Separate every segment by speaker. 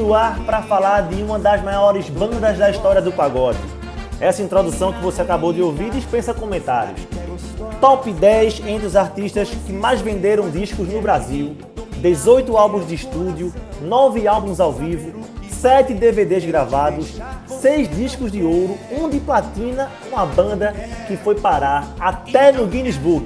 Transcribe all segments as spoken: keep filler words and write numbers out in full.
Speaker 1: no ar para falar de uma das maiores bandas da história do pagode. Essa introdução que você acabou de ouvir dispensa comentários. Top dez entre os artistas que mais venderam discos no Brasil, dezoito álbuns de estúdio, nove álbuns ao vivo, sete D V Ds gravados, seis discos de ouro, um de platina, uma banda que foi parar até no Guinness Book.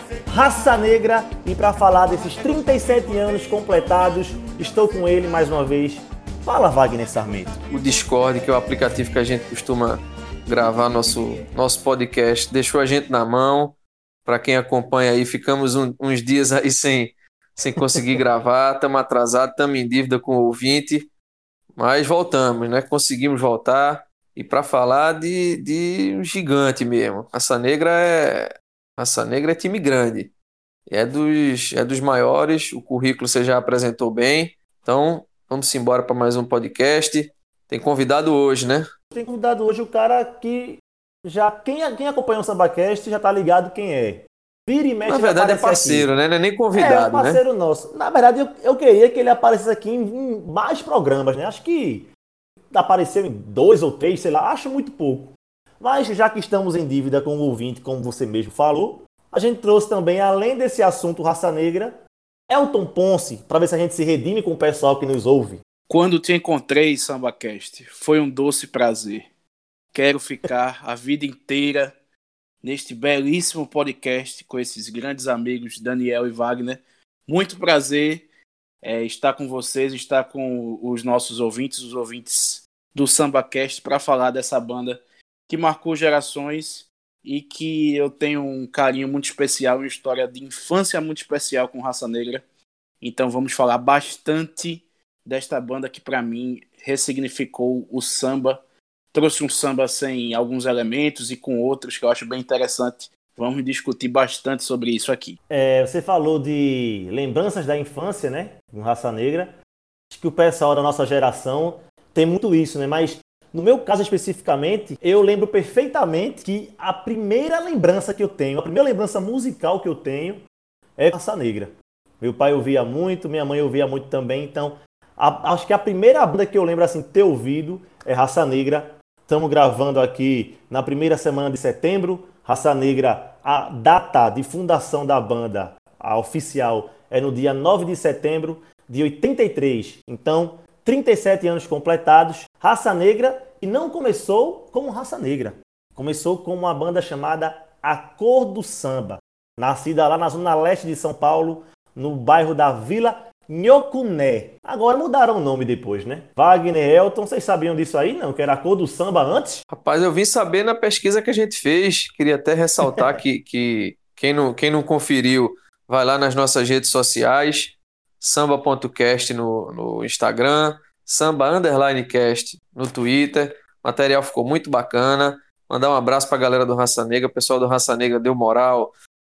Speaker 1: Raça Negra, e para falar desses trinta e sete anos completados, estou com ele mais uma vez. Fala, Wagner Sarmento.
Speaker 2: O Discord, que é o aplicativo que a gente costuma gravar nosso, nosso podcast, deixou a gente na mão. Para quem acompanha aí, ficamos um, uns dias aí sem, sem conseguir gravar, estamos atrasados, estamos em dívida com o ouvinte, mas voltamos, né? Conseguimos voltar, e para falar de, de um gigante mesmo. Raça Negra é, Raça Negra é time grande, é dos, é dos maiores, o currículo você já apresentou bem, então vamos embora para mais um podcast. Tem convidado hoje, né?
Speaker 1: Tem convidado hoje o cara que já quem, quem acompanha o SambaCast já tá ligado quem é. Vira e mexe.
Speaker 2: Na verdade é parceiro, aqui. né? Não é nem convidado,
Speaker 1: é, é um parceiro
Speaker 2: né?
Speaker 1: nosso. Na verdade, eu, eu queria que ele aparecesse aqui em, em mais programas, né? Acho que apareceu em dois ou três, sei lá, acho muito pouco. Mas já que estamos em dívida com o ouvinte, como você mesmo falou, a gente trouxe também, além desse assunto Raça Negra, Elton Ponce, para ver se a gente se redime com o pessoal que nos ouve.
Speaker 3: Quando te encontrei, SambaCast, foi um doce prazer. Quero ficar a vida inteira neste belíssimo podcast com esses grandes amigos Daniel e Wagner. Muito prazer é, estar com vocês, estar com os nossos ouvintes, os ouvintes do SambaCast, para falar dessa banda que marcou gerações e que eu tenho um carinho muito especial, uma história de infância muito especial com Raça Negra. Então vamos falar bastante desta banda que para mim ressignificou o samba, trouxe um samba sem alguns elementos e com outros que eu acho bem interessante. Vamos discutir bastante sobre isso aqui.
Speaker 1: É, você falou de lembranças da infância, né, com Raça Negra. Acho que o pessoal da nossa geração tem muito isso, né, mas no meu caso especificamente, eu lembro perfeitamente que a primeira lembrança que eu tenho, a primeira lembrança musical que eu tenho é Raça Negra. Meu pai ouvia muito, minha mãe ouvia muito também, então a, acho que a primeira banda que eu lembro assim ter ouvido é Raça Negra. Estamos gravando aqui na primeira semana de setembro. Raça Negra, a data de fundação da banda, a oficial, é no dia nove de setembro de oitenta e três. Então, trinta e sete anos completados. Raça Negra, e não começou como Raça Negra. Começou com uma banda chamada A Cor do Samba, nascida lá na zona leste de São Paulo, no bairro da Vila Nhocuné. Agora mudaram o nome depois, né? Wagner, Elton, vocês sabiam disso aí, não? Que era A Cor do Samba antes?
Speaker 2: Rapaz, eu vim saber na pesquisa que a gente fez. Queria até ressaltar que, que quem, não, quem não conferiu, vai lá nas nossas redes sociais, samba ponto cast no, no Instagram, samba underline cast no Twitter. O material ficou muito bacana. Mandar um abraço pra galera do Raça Negra. O pessoal do Raça Negra deu moral,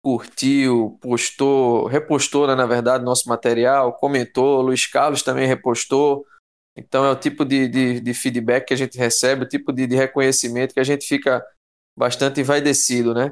Speaker 2: curtiu, postou, repostou, né, na verdade, nosso material, comentou. Luiz Carlos também repostou. Então é o tipo de, de, de feedback que a gente recebe, o tipo de, de reconhecimento que a gente fica bastante envaidecido, né?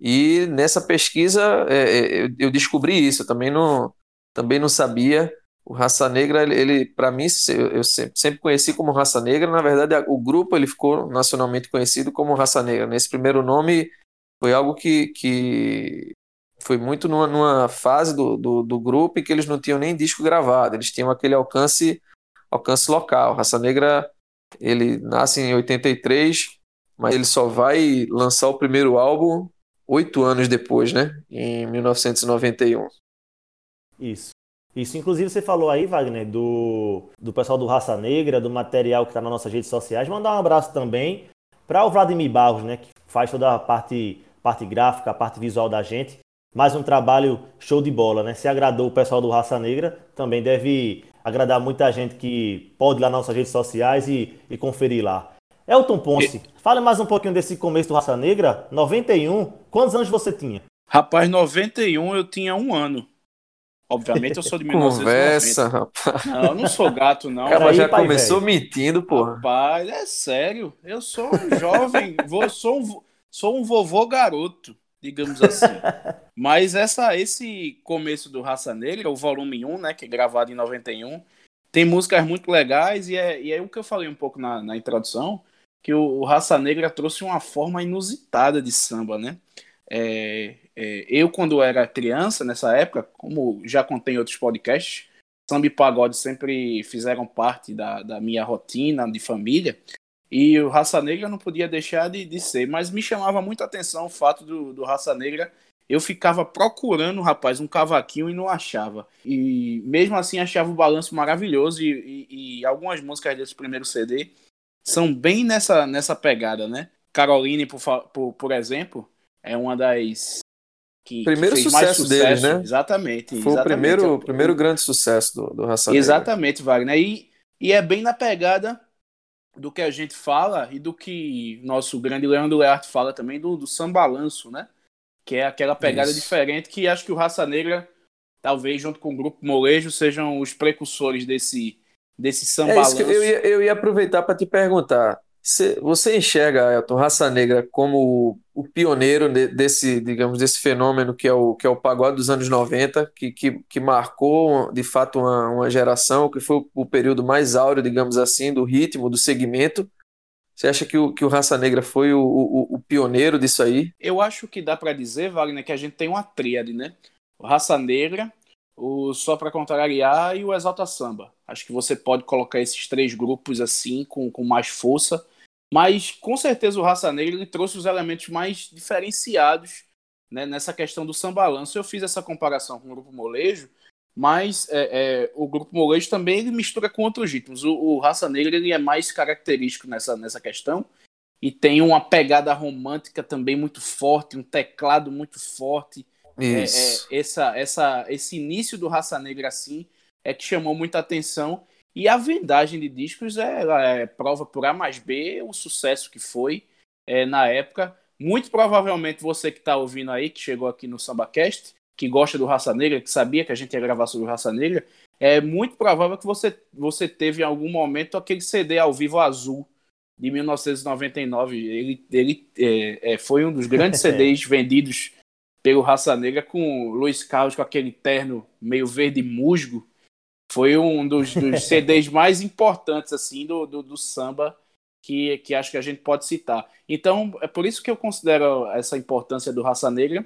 Speaker 2: E nessa pesquisa é, eu, eu descobri isso, eu também não, também não sabia. O Raça Negra, ele, ele para mim, eu sempre, sempre conheci como Raça Negra. Na verdade, o grupo ele ficou nacionalmente conhecido como Raça Negra. Nesse primeiro nome foi algo que, que foi muito numa, numa fase do, do, do grupo em que eles não tinham nem disco gravado, eles tinham aquele alcance, alcance local. Raça Negra, ele nasce em oitenta e três, mas ele só vai lançar o primeiro álbum oito anos depois, né? Em mil novecentos e noventa e um.
Speaker 1: Isso. Isso, inclusive você falou aí, Wagner, do, do pessoal do Raça Negra, do material que está nas nossas redes sociais. Mandar um abraço também para o Vladimir Barros, né, que faz toda a parte, parte gráfica, a parte visual da gente. Mais um trabalho show de bola, né? Se agradou o pessoal do Raça Negra, também deve agradar muita gente que pode ir lá nas nossas redes sociais e, e conferir lá. Elton Ponce, e... fale mais um pouquinho desse começo do Raça Negra. noventa e um, quantos anos você tinha?
Speaker 3: Rapaz, noventa e um eu tinha um ano. Obviamente eu sou de mil novecentos e noventa.
Speaker 2: Conversa, rapaz.
Speaker 3: Não, eu não sou gato, não.
Speaker 2: O cara
Speaker 1: Aí,
Speaker 2: já
Speaker 1: pai
Speaker 2: começou
Speaker 1: velho.
Speaker 2: mentindo, porra.
Speaker 3: Rapaz, é sério. Eu sou um jovem, vou, sou, um, sou um vovô garoto, digamos assim. Mas essa, esse começo do Raça Negra, o volume um, né, que é gravado em noventa e um, tem músicas muito legais, e é, e é o que eu falei um pouco na, na introdução, que o, o Raça Negra trouxe uma forma inusitada de samba, né? É, é, eu, quando era criança, nessa época, como já contei em outros podcasts, samba e pagode sempre fizeram parte da, da minha rotina de família, e o Raça Negra não podia deixar de, de ser, mas me chamava muito a atenção o fato do, do Raça Negra. Eu ficava procurando, rapaz, um cavaquinho e não achava. E mesmo assim achava o balanço maravilhoso, e, e, e algumas músicas desse primeiro C D são bem nessa, nessa pegada, né? Caroline, por, por, por exemplo, é uma das que, que
Speaker 2: Primeiro
Speaker 3: fez mais
Speaker 2: sucesso deles,
Speaker 3: sucesso.
Speaker 2: né?
Speaker 3: Exatamente,
Speaker 2: Foi o
Speaker 3: exatamente.
Speaker 2: primeiro, o primeiro grande sucesso do, do Raça Negra.
Speaker 3: Exatamente, Wagner. E, e é bem na pegada do que a gente fala e do que nosso grande Leandro Learte fala também, do, do sambalanço, né? Que é aquela pegada
Speaker 2: Isso.
Speaker 3: diferente, que acho que o Raça Negra, talvez junto com o Grupo Molejo, sejam os precursores desse, desse
Speaker 2: É isso que
Speaker 3: sambalanço.
Speaker 2: eu ia, eu ia aproveitar para te perguntar. Você, você enxerga, Ailton, Raça Negra como o, o pioneiro de- desse, digamos, desse fenômeno que é o, que é o pagode dos anos noventa, que, que, que marcou, de fato, uma, uma geração, que foi o, o período mais áureo, digamos assim, do ritmo, do segmento. Você acha que o, que o Raça Negra foi o, o, o pioneiro disso aí?
Speaker 3: Eu acho que dá para dizer, Wagner, que a gente tem uma tríade, né? O Raça Negra, o Só Pra Contrariar e o Exalta Samba. Acho que você pode colocar esses três grupos assim, com, com mais força. Mas, com certeza, o Raça Negra ele trouxe os elementos mais diferenciados, né, nessa questão do sambalanço. Eu fiz essa comparação com o Grupo Molejo, mas é, é, o Grupo Molejo também ele mistura com outros ritmos. O, o Raça Negra ele é mais característico nessa, nessa questão, e tem uma pegada romântica também muito forte, um teclado muito forte. É, é,
Speaker 2: Isso.
Speaker 3: essa, essa, esse início do Raça Negra assim é que chamou muita atenção, e a vendagem de discos é, ela é prova por A mais B o sucesso que foi é, na época. Muito provavelmente você que está ouvindo aí, que chegou aqui no SambaCast, que gosta do Raça Negra, que sabia que a gente ia gravar sobre o Raça Negra, é muito provável que você, você teve em algum momento aquele C D ao vivo azul de mil novecentos e noventa e nove. Ele, ele é, é, foi um dos grandes C Ds vendidos pelo Raça Negra, com Luiz Carlos com aquele terno meio verde musgo. Foi um dos, dos C Ds mais importantes assim do, do, do samba que, que acho que a gente pode citar. Então, é por isso que eu considero essa importância do Raça Negra.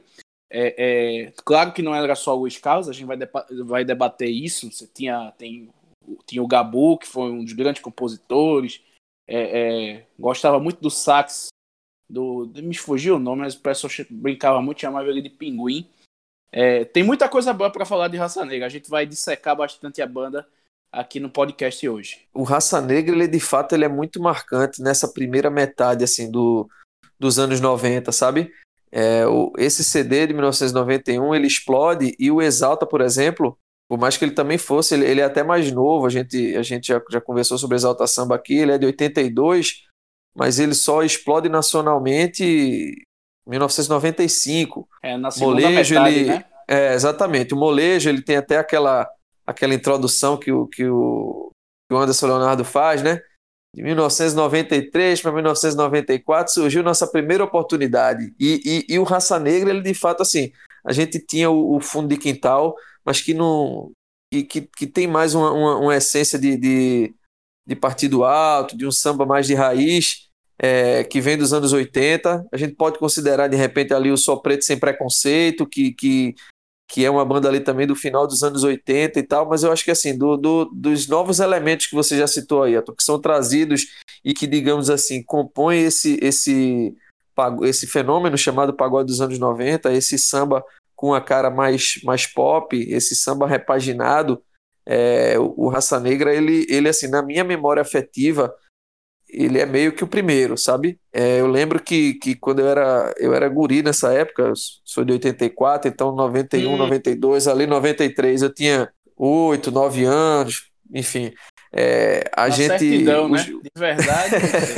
Speaker 3: É, é, claro que não era só o Luiz Carlos, a gente vai, depa- vai debater isso. Você tinha, tem, tinha o Gabu, que foi um dos grandes compositores. É, é, gostava muito do sax, do, me fugiu o nome, mas o pessoal brincava muito, chamava ele de Pinguim. É, tem muita coisa boa para falar de Raça Negra. A gente vai dissecar bastante a banda aqui no podcast hoje.
Speaker 2: O Raça Negra, ele de fato ele é muito marcante nessa primeira metade assim do, dos anos noventa, sabe? É, o, esse C D de mil novecentos e noventa e um ele explode, e o Exalta, por exemplo, por mais que ele também fosse, ele, ele é até mais novo. A gente, a gente já, já conversou sobre Exalta Samba aqui, ele é de oitenta e dois, mas ele só explode nacionalmente em mil novecentos e noventa e cinco.
Speaker 3: É, na segunda
Speaker 2: Molejo,
Speaker 3: metade,
Speaker 2: ele.
Speaker 3: né?
Speaker 2: É, exatamente. O Molejo, ele tem até aquela, aquela introdução que o, que, o, que o Anderson Leonardo faz, né? De mil novecentos e noventa e três para mil novecentos e noventa e quatro surgiu nossa primeira oportunidade. E, e, e o Raça Negra, ele de fato, assim, a gente tinha o, o fundo de quintal, mas que não. Que, que, que tem mais uma, uma, uma essência de, de, de partido alto, de um samba mais de raiz, é, que vem dos anos oitenta. A gente pode considerar, de repente, ali o Só Preto Sem Preconceito, que, que, que é uma banda ali também do final dos anos oitenta e tal, mas eu acho que, assim, do, do, dos novos elementos que você já citou aí, Ato, que são trazidos e que, digamos assim, compõem esse, esse, esse fenômeno chamado pagode dos anos noventa, esse samba com a cara mais, mais pop, esse samba repaginado. É, o, o Raça Negra, ele, ele, assim, na minha memória afetiva, ele é meio que o primeiro, sabe? É, eu lembro que, que quando eu era, eu era guri nessa época, eu sou de oitenta e quatro, então noventa e um,
Speaker 3: Hum.
Speaker 2: noventa e dois, ali noventa e três, eu tinha oito, nove anos, enfim. É, a
Speaker 3: Na
Speaker 2: gente.
Speaker 3: certidão,
Speaker 2: Os,
Speaker 3: né? De verdade,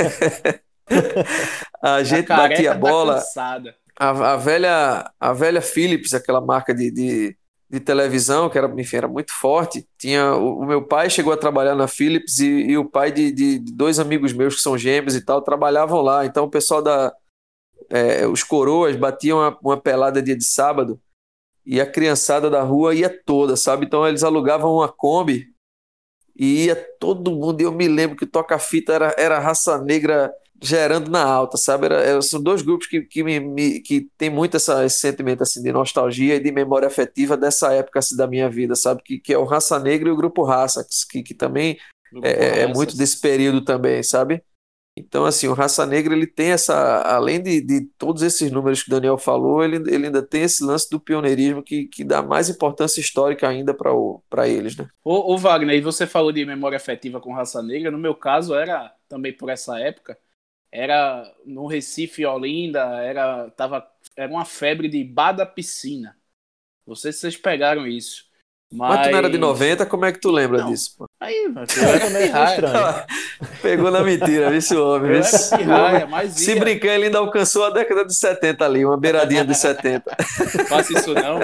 Speaker 2: a
Speaker 3: a
Speaker 2: gente batia
Speaker 3: careca tá
Speaker 2: bola.
Speaker 3: cansada.
Speaker 2: A, a velha, a velha Philips, aquela marca de, de, de televisão, que era, enfim, era muito forte. Tinha, o, o meu pai chegou a trabalhar na Philips, e, e o pai de, de, de dois amigos meus que são gêmeos e tal, trabalhavam lá. Então o pessoal da. É, os coroas batiam uma, uma pelada dia de sábado, e a criançada da rua ia toda, sabe? Então eles alugavam uma Kombi e ia todo mundo, e eu me lembro que o Toca-Fita era, era Raça Negra gerando na alta, sabe? Era, era, são dois grupos que, que, me, me, que tem muito essa, esse sentimento assim, de nostalgia e de memória afetiva dessa época assim, da minha vida, sabe? Que, que é o Raça Negra e o Grupo Raça, que, que também é, é muito desse período também, sabe? Então, assim, o Raça Negra, ele tem essa, além de, de todos esses números que o Daniel falou, ele, ele ainda tem esse lance do pioneirismo que, que dá mais importância histórica ainda para eles, né?
Speaker 3: Ô, ô Wagner, e você falou de memória afetiva com Raça Negra, no meu caso era também por essa época, era no Recife, Olinda, era, tava, era uma febre de bar da piscina. Não sei se vocês pegaram isso. Mas...
Speaker 2: mas tu não era de noventa, como é que tu lembra
Speaker 3: não.
Speaker 2: disso? Pô?
Speaker 3: Aí, mas eu era meio estranho.
Speaker 2: Pegou na mentira, viu esse homem?
Speaker 3: Eu
Speaker 2: Esse
Speaker 3: era pirraia, mas
Speaker 2: Se
Speaker 3: ia.
Speaker 2: brincar, ele ainda alcançou a década de setenta ali, uma beiradinha de setenta.
Speaker 3: Não faço isso não.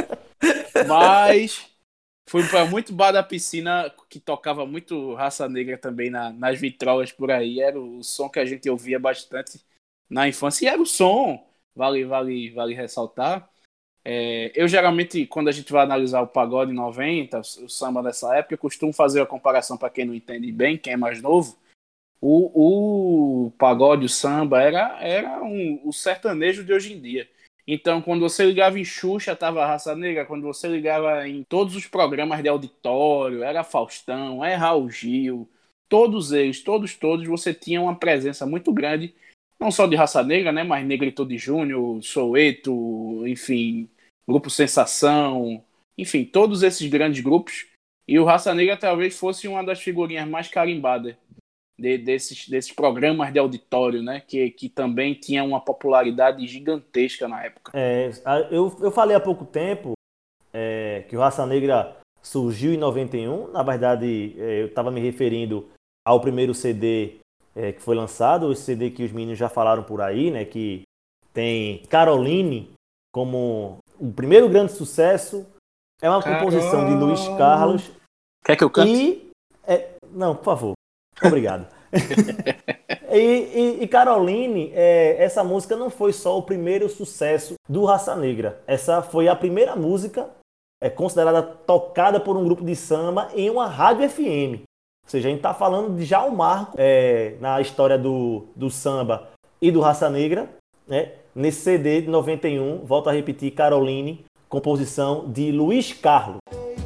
Speaker 3: Mas fui para muito bar da piscina que tocava muito Raça Negra também na, nas vitrolas por aí. Era o som que a gente ouvia bastante na infância. E era o som, vale, vale, vale ressaltar. É, eu geralmente, quando a gente vai analisar o pagode noventa, o samba dessa época, eu costumo fazer a comparação para quem não entende bem, quem é mais novo. O, o pagode, o samba, era, era um, o sertanejo de hoje em dia. Então, quando você ligava em Xuxa, tava a Raça Negra. Quando você ligava em todos os programas de auditório, era Faustão, é Raul Gil, todos eles, todos, todos, você tinha uma presença muito grande, não só de Raça Negra, né, mas Negritude Júnior, Soweto, enfim, Grupo Sensação, enfim, todos esses grandes grupos. E o Raça Negra talvez fosse uma das figurinhas mais carimbadas de, desses, desses programas de auditório, né? Que, que também tinha uma popularidade gigantesca na época.
Speaker 1: É, eu, eu falei há pouco tempo é, que o Raça Negra surgiu em noventa e um. Na verdade, é, eu estava me referindo ao primeiro C D é, que foi lançado, esse C D que os meninos já falaram por aí, né? Que tem Caroline como o primeiro grande sucesso. É uma Carol... composição de Luiz Carlos.
Speaker 3: Quer que eu cante?
Speaker 1: E, é, não, por favor. Obrigado. e, e, e Caroline, é, essa música não foi só o primeiro sucesso do Raça Negra. Essa foi a primeira música é, considerada tocada por um grupo de samba em uma rádio F M. Ou seja, a gente está falando de já um marco é, na história do, do samba e do Raça Negra, né? Nesse C D de noventa e um, volto a repetir, Caroline, composição de Luiz Carlos.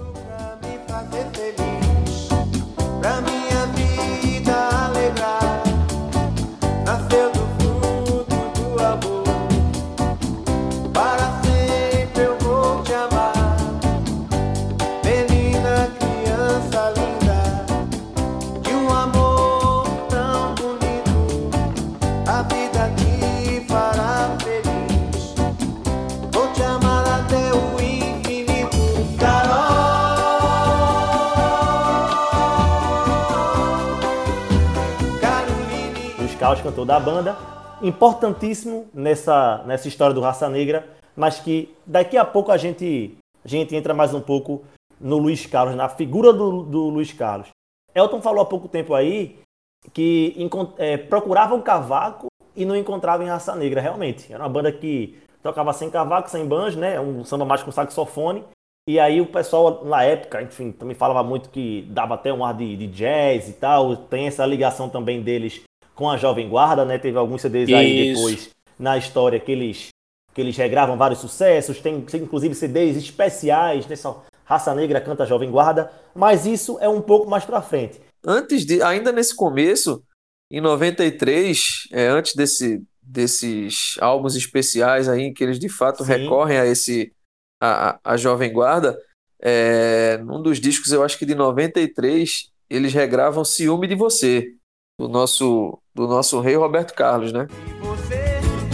Speaker 1: Carlos, cantor da banda, importantíssimo nessa, nessa história do Raça Negra, mas que daqui a pouco a gente, a gente entra mais um pouco no Luiz Carlos, na figura do, do Luiz Carlos. Elton falou há pouco tempo aí que é, procurava um cavaco e não encontrava em Raça Negra, realmente. Era uma banda que tocava sem cavaco, sem banjo, né? Um samba mais com saxofone. E aí o pessoal, na época, enfim, também falava muito que dava até um ar de, de jazz e tal. Tem essa ligação também deles com a Jovem Guarda, né? Teve alguns C Ds aí Isso. depois na história que eles, que eles regravam vários sucessos. Tem inclusive C Ds especiais, né? Raça Negra canta Jovem Guarda, mas isso é um pouco mais pra frente.
Speaker 2: Antes de, ainda nesse começo, em noventa e três, é, antes desse, desses álbuns especiais aí, em que eles de fato Sim. recorrem a esse a, a Jovem Guarda, é, num dos discos, eu acho que de noventa e três, eles regravam Ciúme de Você, do nosso, do nosso rei Roberto Carlos, né?
Speaker 4: Você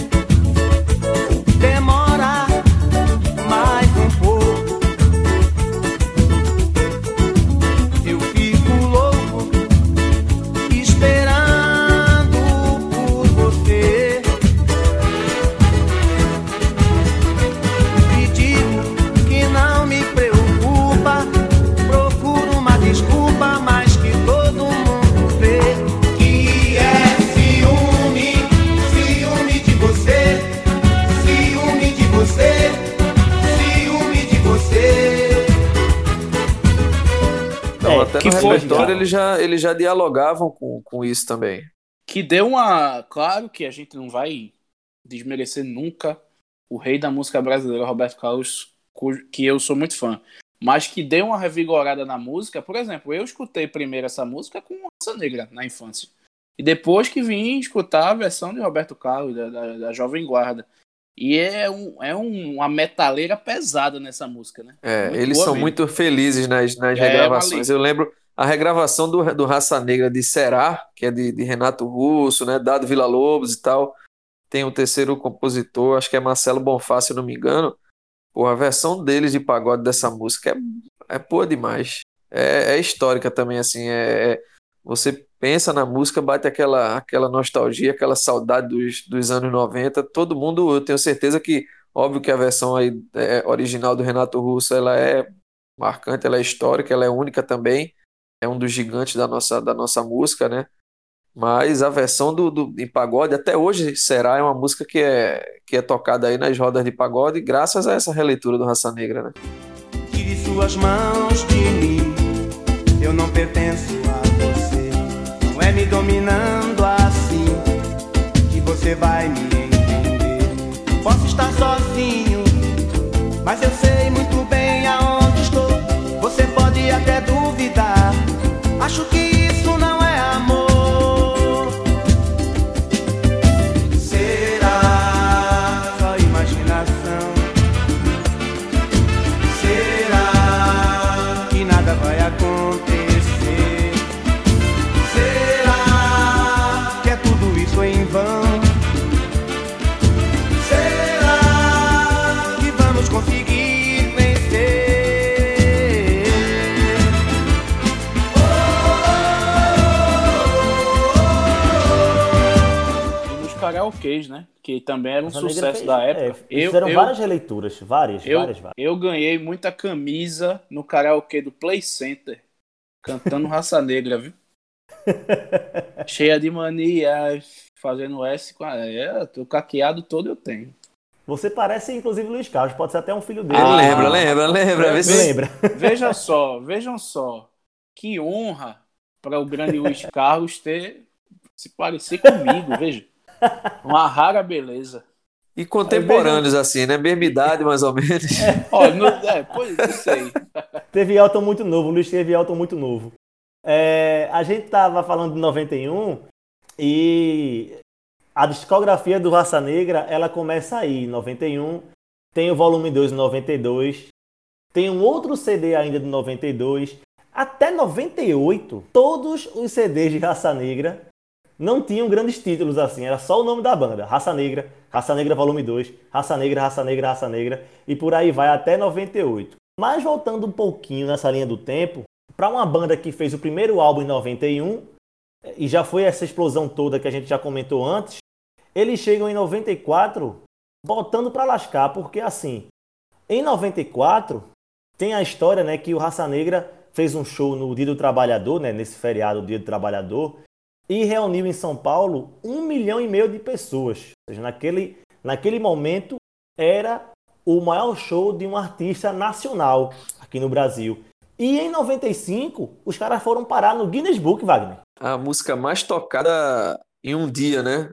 Speaker 4: demora mais um pouco, eu fico louco esperando por você. E digo que não me preocupa, procuro uma desculpa, mas que todo mundo vê. Ciúme de
Speaker 2: repertório eles já, eles já dialogavam com, com isso também.
Speaker 3: Que deu uma... Claro que a gente não vai desmerecer nunca o rei da música brasileira, Roberto Carlos, que eu sou muito fã. Mas que deu uma revigorada na música. Por exemplo, eu escutei primeiro essa música com Raça Negra na infância. E depois que vim escutar a versão de Roberto Carlos, da, da, da Jovem Guarda. E é, um, é um, uma metaleira pesada nessa música, né?
Speaker 2: É,
Speaker 3: muito
Speaker 2: eles são
Speaker 3: mesmo.
Speaker 2: muito felizes nas, nas
Speaker 3: É,
Speaker 2: regravações. Eu lembro a regravação do, do Raça Negra de Será, que é de, de Renato Russo, né? Dado Villa-Lobos e tal. Tem o terceiro compositor, acho que é Marcelo Bonfá, se eu não me engano. Pô, a versão deles de pagode dessa música é, é boa demais. É, é histórica também, assim. É, é, você pensa na música, bate aquela, aquela nostalgia, aquela saudade dos, dos anos noventa. Todo mundo, eu tenho certeza que, óbvio que a versão aí, é, original do Renato Russo, ela é marcante, ela é histórica, ela é única também. É um dos gigantes da nossa, da nossa música, né? Mas a versão do, do, em pagode, até hoje, Será é uma música que é, que é tocada aí nas rodas de pagode, graças a essa releitura do Raça Negra, né?
Speaker 4: Tire suas mãos de mim, eu não pertenço a você. Não é me dominando assim que você vai me entender. Posso estar sozinho, mas eu sei muito bem aonde estou. Você pode até duvidar, acho que isso não é amor.
Speaker 3: Karaokês, né? Que também era um
Speaker 1: Raça
Speaker 3: sucesso
Speaker 1: fez,
Speaker 3: da época.
Speaker 1: É,
Speaker 3: eu,
Speaker 1: fizeram
Speaker 3: eu,
Speaker 1: várias releituras, várias,
Speaker 3: eu,
Speaker 1: várias, várias.
Speaker 3: Eu ganhei muita camisa no karaokê do Play Center, cantando Raça Negra, viu? Cheia de mania, fazendo S com a... É, o caqueado todo eu tenho.
Speaker 1: Você parece, inclusive, Luiz Carlos, pode ser até um filho dele.
Speaker 2: Ah,
Speaker 1: ah,
Speaker 2: lembra, lembra, lembra. Vê se...
Speaker 1: lembra.
Speaker 3: Veja só, vejam só. Que honra para o grande Luiz Carlos ter se parecer comigo, veja. Uma rara beleza.
Speaker 2: E contemporâneos, assim, né? Mesma idade, mais ou menos.
Speaker 3: É, ó, no, é pois não sei.
Speaker 1: Teve Elton muito novo, o Luiz teve Elton muito novo. É, a gente tava falando de noventa e um e a discografia do Raça Negra, ela começa aí, em noventa e um. Tem o volume dois em noventa e dois. Tem um outro C D ainda de noventa e dois. Até noventa e oito, todos os C Ds de Raça Negra não tinham grandes títulos assim, era só o nome da banda. Raça Negra, Raça Negra Volume dois, Raça Negra, Raça Negra, Raça Negra, e por aí vai até noventa e oito. Mas voltando um pouquinho nessa linha do tempo, para uma banda que fez o primeiro álbum em noventa e um, e já foi essa explosão toda que a gente já comentou antes, eles chegam em noventa e quatro botando para lascar, porque assim, em noventa e quatro tem a história, né, que o Raça Negra fez um show no Dia do Trabalhador, né, nesse feriado Dia do Trabalhador, e reuniu em São Paulo um milhão e meio de pessoas. Ou seja, naquele, naquele momento era o maior show de um artista nacional aqui no Brasil. E em noventa e cinco, os caras foram parar no Guinness Book, Wagner.
Speaker 2: A música mais tocada em um dia, né?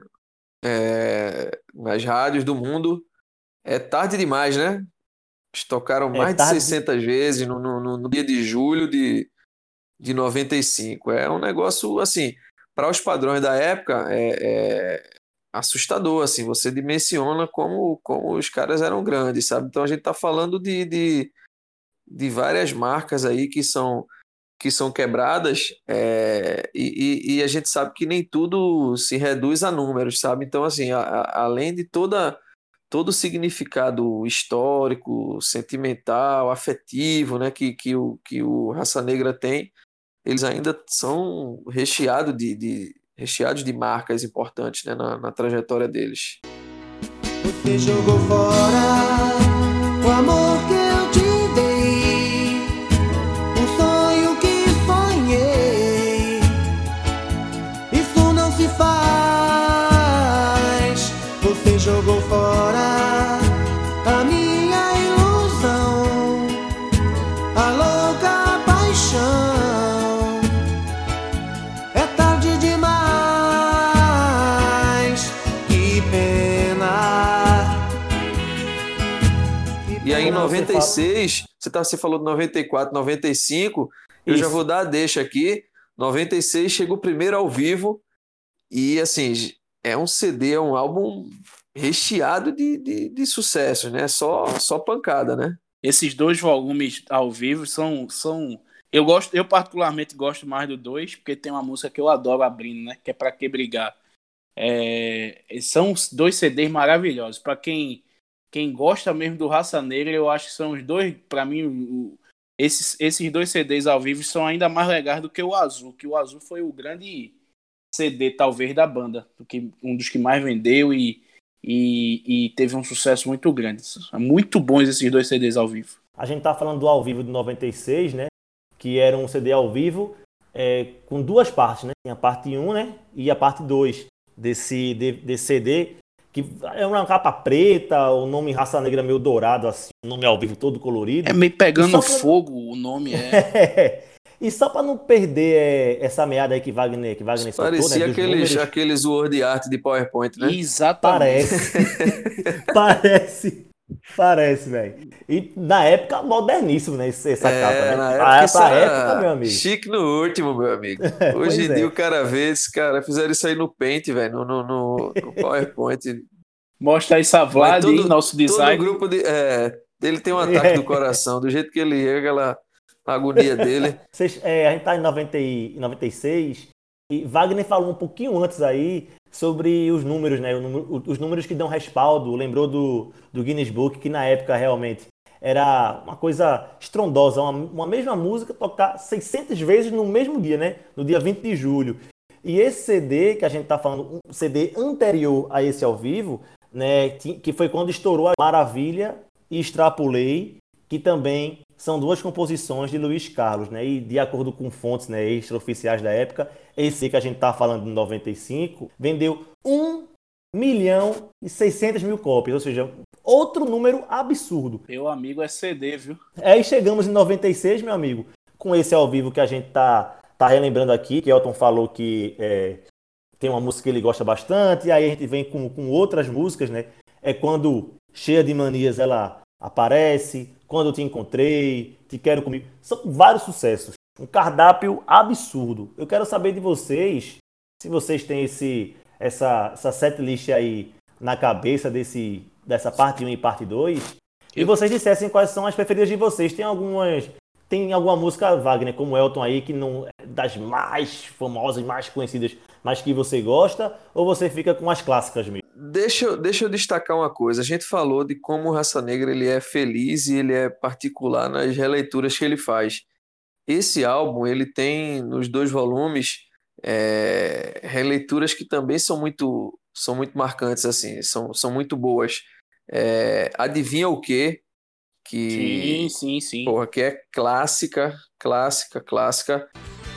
Speaker 2: É, nas rádios do mundo. É tarde demais, né? Eles tocaram mais é de seiscentas de... vezes no, no, no dia de julho de, de noventa e cinco. É um negócio, assim, para os padrões da época, é, é assustador, assim. Você dimensiona como, como os caras eram grandes, sabe? Então a gente está falando de... de de várias marcas aí que são, que são quebradas, é, e, e a gente sabe que nem tudo se reduz a números, sabe? Então, assim, a, a, além de toda, todo o significado histórico, sentimental, afetivo, né, que, que, o, que o Raça Negra tem, eles ainda são recheados de, de, recheados de marcas importantes, né, na, na trajetória deles.
Speaker 4: Você jogou fora o amor que eu te jogou fora a minha ilusão, a louca paixão.
Speaker 2: E aí em
Speaker 1: Quando você
Speaker 2: noventa e seis, você, tá, você falou de noventa e quatro, noventa e cinco, eu já
Speaker 1: Isso.
Speaker 2: vou dar a deixa aqui. noventa e seis chega o primeiro ao vivo e assim, é um C D, é um álbum recheado de, de, de sucessos, né? Só, só pancada, né?
Speaker 3: Esses dois volumes ao vivo são... são... Eu, gosto, eu particularmente gosto mais do dois, porque tem uma música que eu adoro abrindo, né? Que é Pra Que Brigar. É, são dois C Ds maravilhosos. Para quem, quem gosta mesmo do Raça Negra, eu acho que são os dois, para mim, o, esses, esses dois C Ds ao vivo são ainda mais legais do que o Azul, que o Azul foi o grande C D, talvez, da banda, do que, um dos que mais vendeu e, e, e teve um sucesso muito grande. São muito bons esses dois C Ds ao vivo.
Speaker 1: A gente tá falando do ao vivo de noventa e seis, né? Que era um C D ao vivo é, com duas partes, né? Tem a parte um, né? E a parte dois. Desse, de, desse C D, que é uma capa preta, o nome Raça Negra meio dourado, assim, o nome ao vivo todo colorido.
Speaker 3: É meio pegando
Speaker 1: pra...
Speaker 3: fogo o nome, é.
Speaker 1: E só para não perder é, essa meada aí que Wagner, que Wagner soltou,
Speaker 2: parecia
Speaker 1: né,
Speaker 2: aqueles,
Speaker 1: números...
Speaker 2: aqueles word art de PowerPoint, né?
Speaker 3: Exatamente.
Speaker 1: Parece. Parece. Parece, velho. E na época, moderníssimo, né? Essa
Speaker 2: é,
Speaker 1: capa, né?
Speaker 2: Na época,
Speaker 1: pra
Speaker 2: essa
Speaker 1: época, meu amigo.
Speaker 2: Chique no último, meu amigo. Hoje em
Speaker 1: é.
Speaker 2: dia o cara vê esse cara, fizeram isso aí no Paint, velho, no, no, no, no PowerPoint.
Speaker 3: Mostra essa Vlad aí, nosso design.
Speaker 2: Todo grupo de. É, ele tem um ataque
Speaker 1: É.
Speaker 2: do coração, do jeito que ele é, aquela agonia dele.
Speaker 1: Vocês, é, a gente tá em noventa e, noventa e seis e Wagner falou um pouquinho antes aí sobre os números, né? Os números que dão respaldo. Lembrou do, do Guinness Book, que na época realmente era uma coisa estrondosa. Uma, uma mesma música tocar seiscentas vezes no mesmo dia, né? No dia vinte de julho. E esse C D que a gente tá falando, um C D anterior a esse ao vivo, né? Que foi quando estourou a Maravilha e Extrapolei, que também são duas composições de Luiz Carlos, né? E de acordo com fontes, né, extraoficiais da época, esse que a gente tá falando de noventa e cinco vendeu um milhão e seiscentas mil cópias, ou seja, outro número absurdo.
Speaker 3: Meu amigo é C D, viu?
Speaker 1: Aí chegamos em noventa e seis, meu amigo, com esse ao vivo que a gente tá, tá relembrando aqui, que Elton falou que é, tem uma música que ele gosta bastante, e aí a gente vem com, com outras músicas, né? É quando Cheia de Manias ela aparece, Quando Eu Te Encontrei, Te Quero Comigo. São vários sucessos. Um cardápio absurdo. Eu quero saber de vocês, se vocês têm esse, essa, essa setlist aí na cabeça desse, dessa parte um e parte dois, e vocês dissessem quais são as preferidas de vocês. Tem algumas... Tem alguma música, Wagner, como Elton aí, que não é das mais famosas, mais conhecidas, mas que você gosta, ou você fica com as clássicas mesmo?
Speaker 2: Deixa eu, deixa eu destacar uma coisa. A gente falou de como o Raça Negra ele é feliz e ele é particular nas releituras que ele faz. Esse álbum ele tem, nos dois volumes, é, releituras que também são muito, são muito marcantes, assim, são, são muito boas. É, Adivinha o Quê? Que,
Speaker 3: sim, sim, sim.
Speaker 2: Porra, que é clássica, clássica, clássica.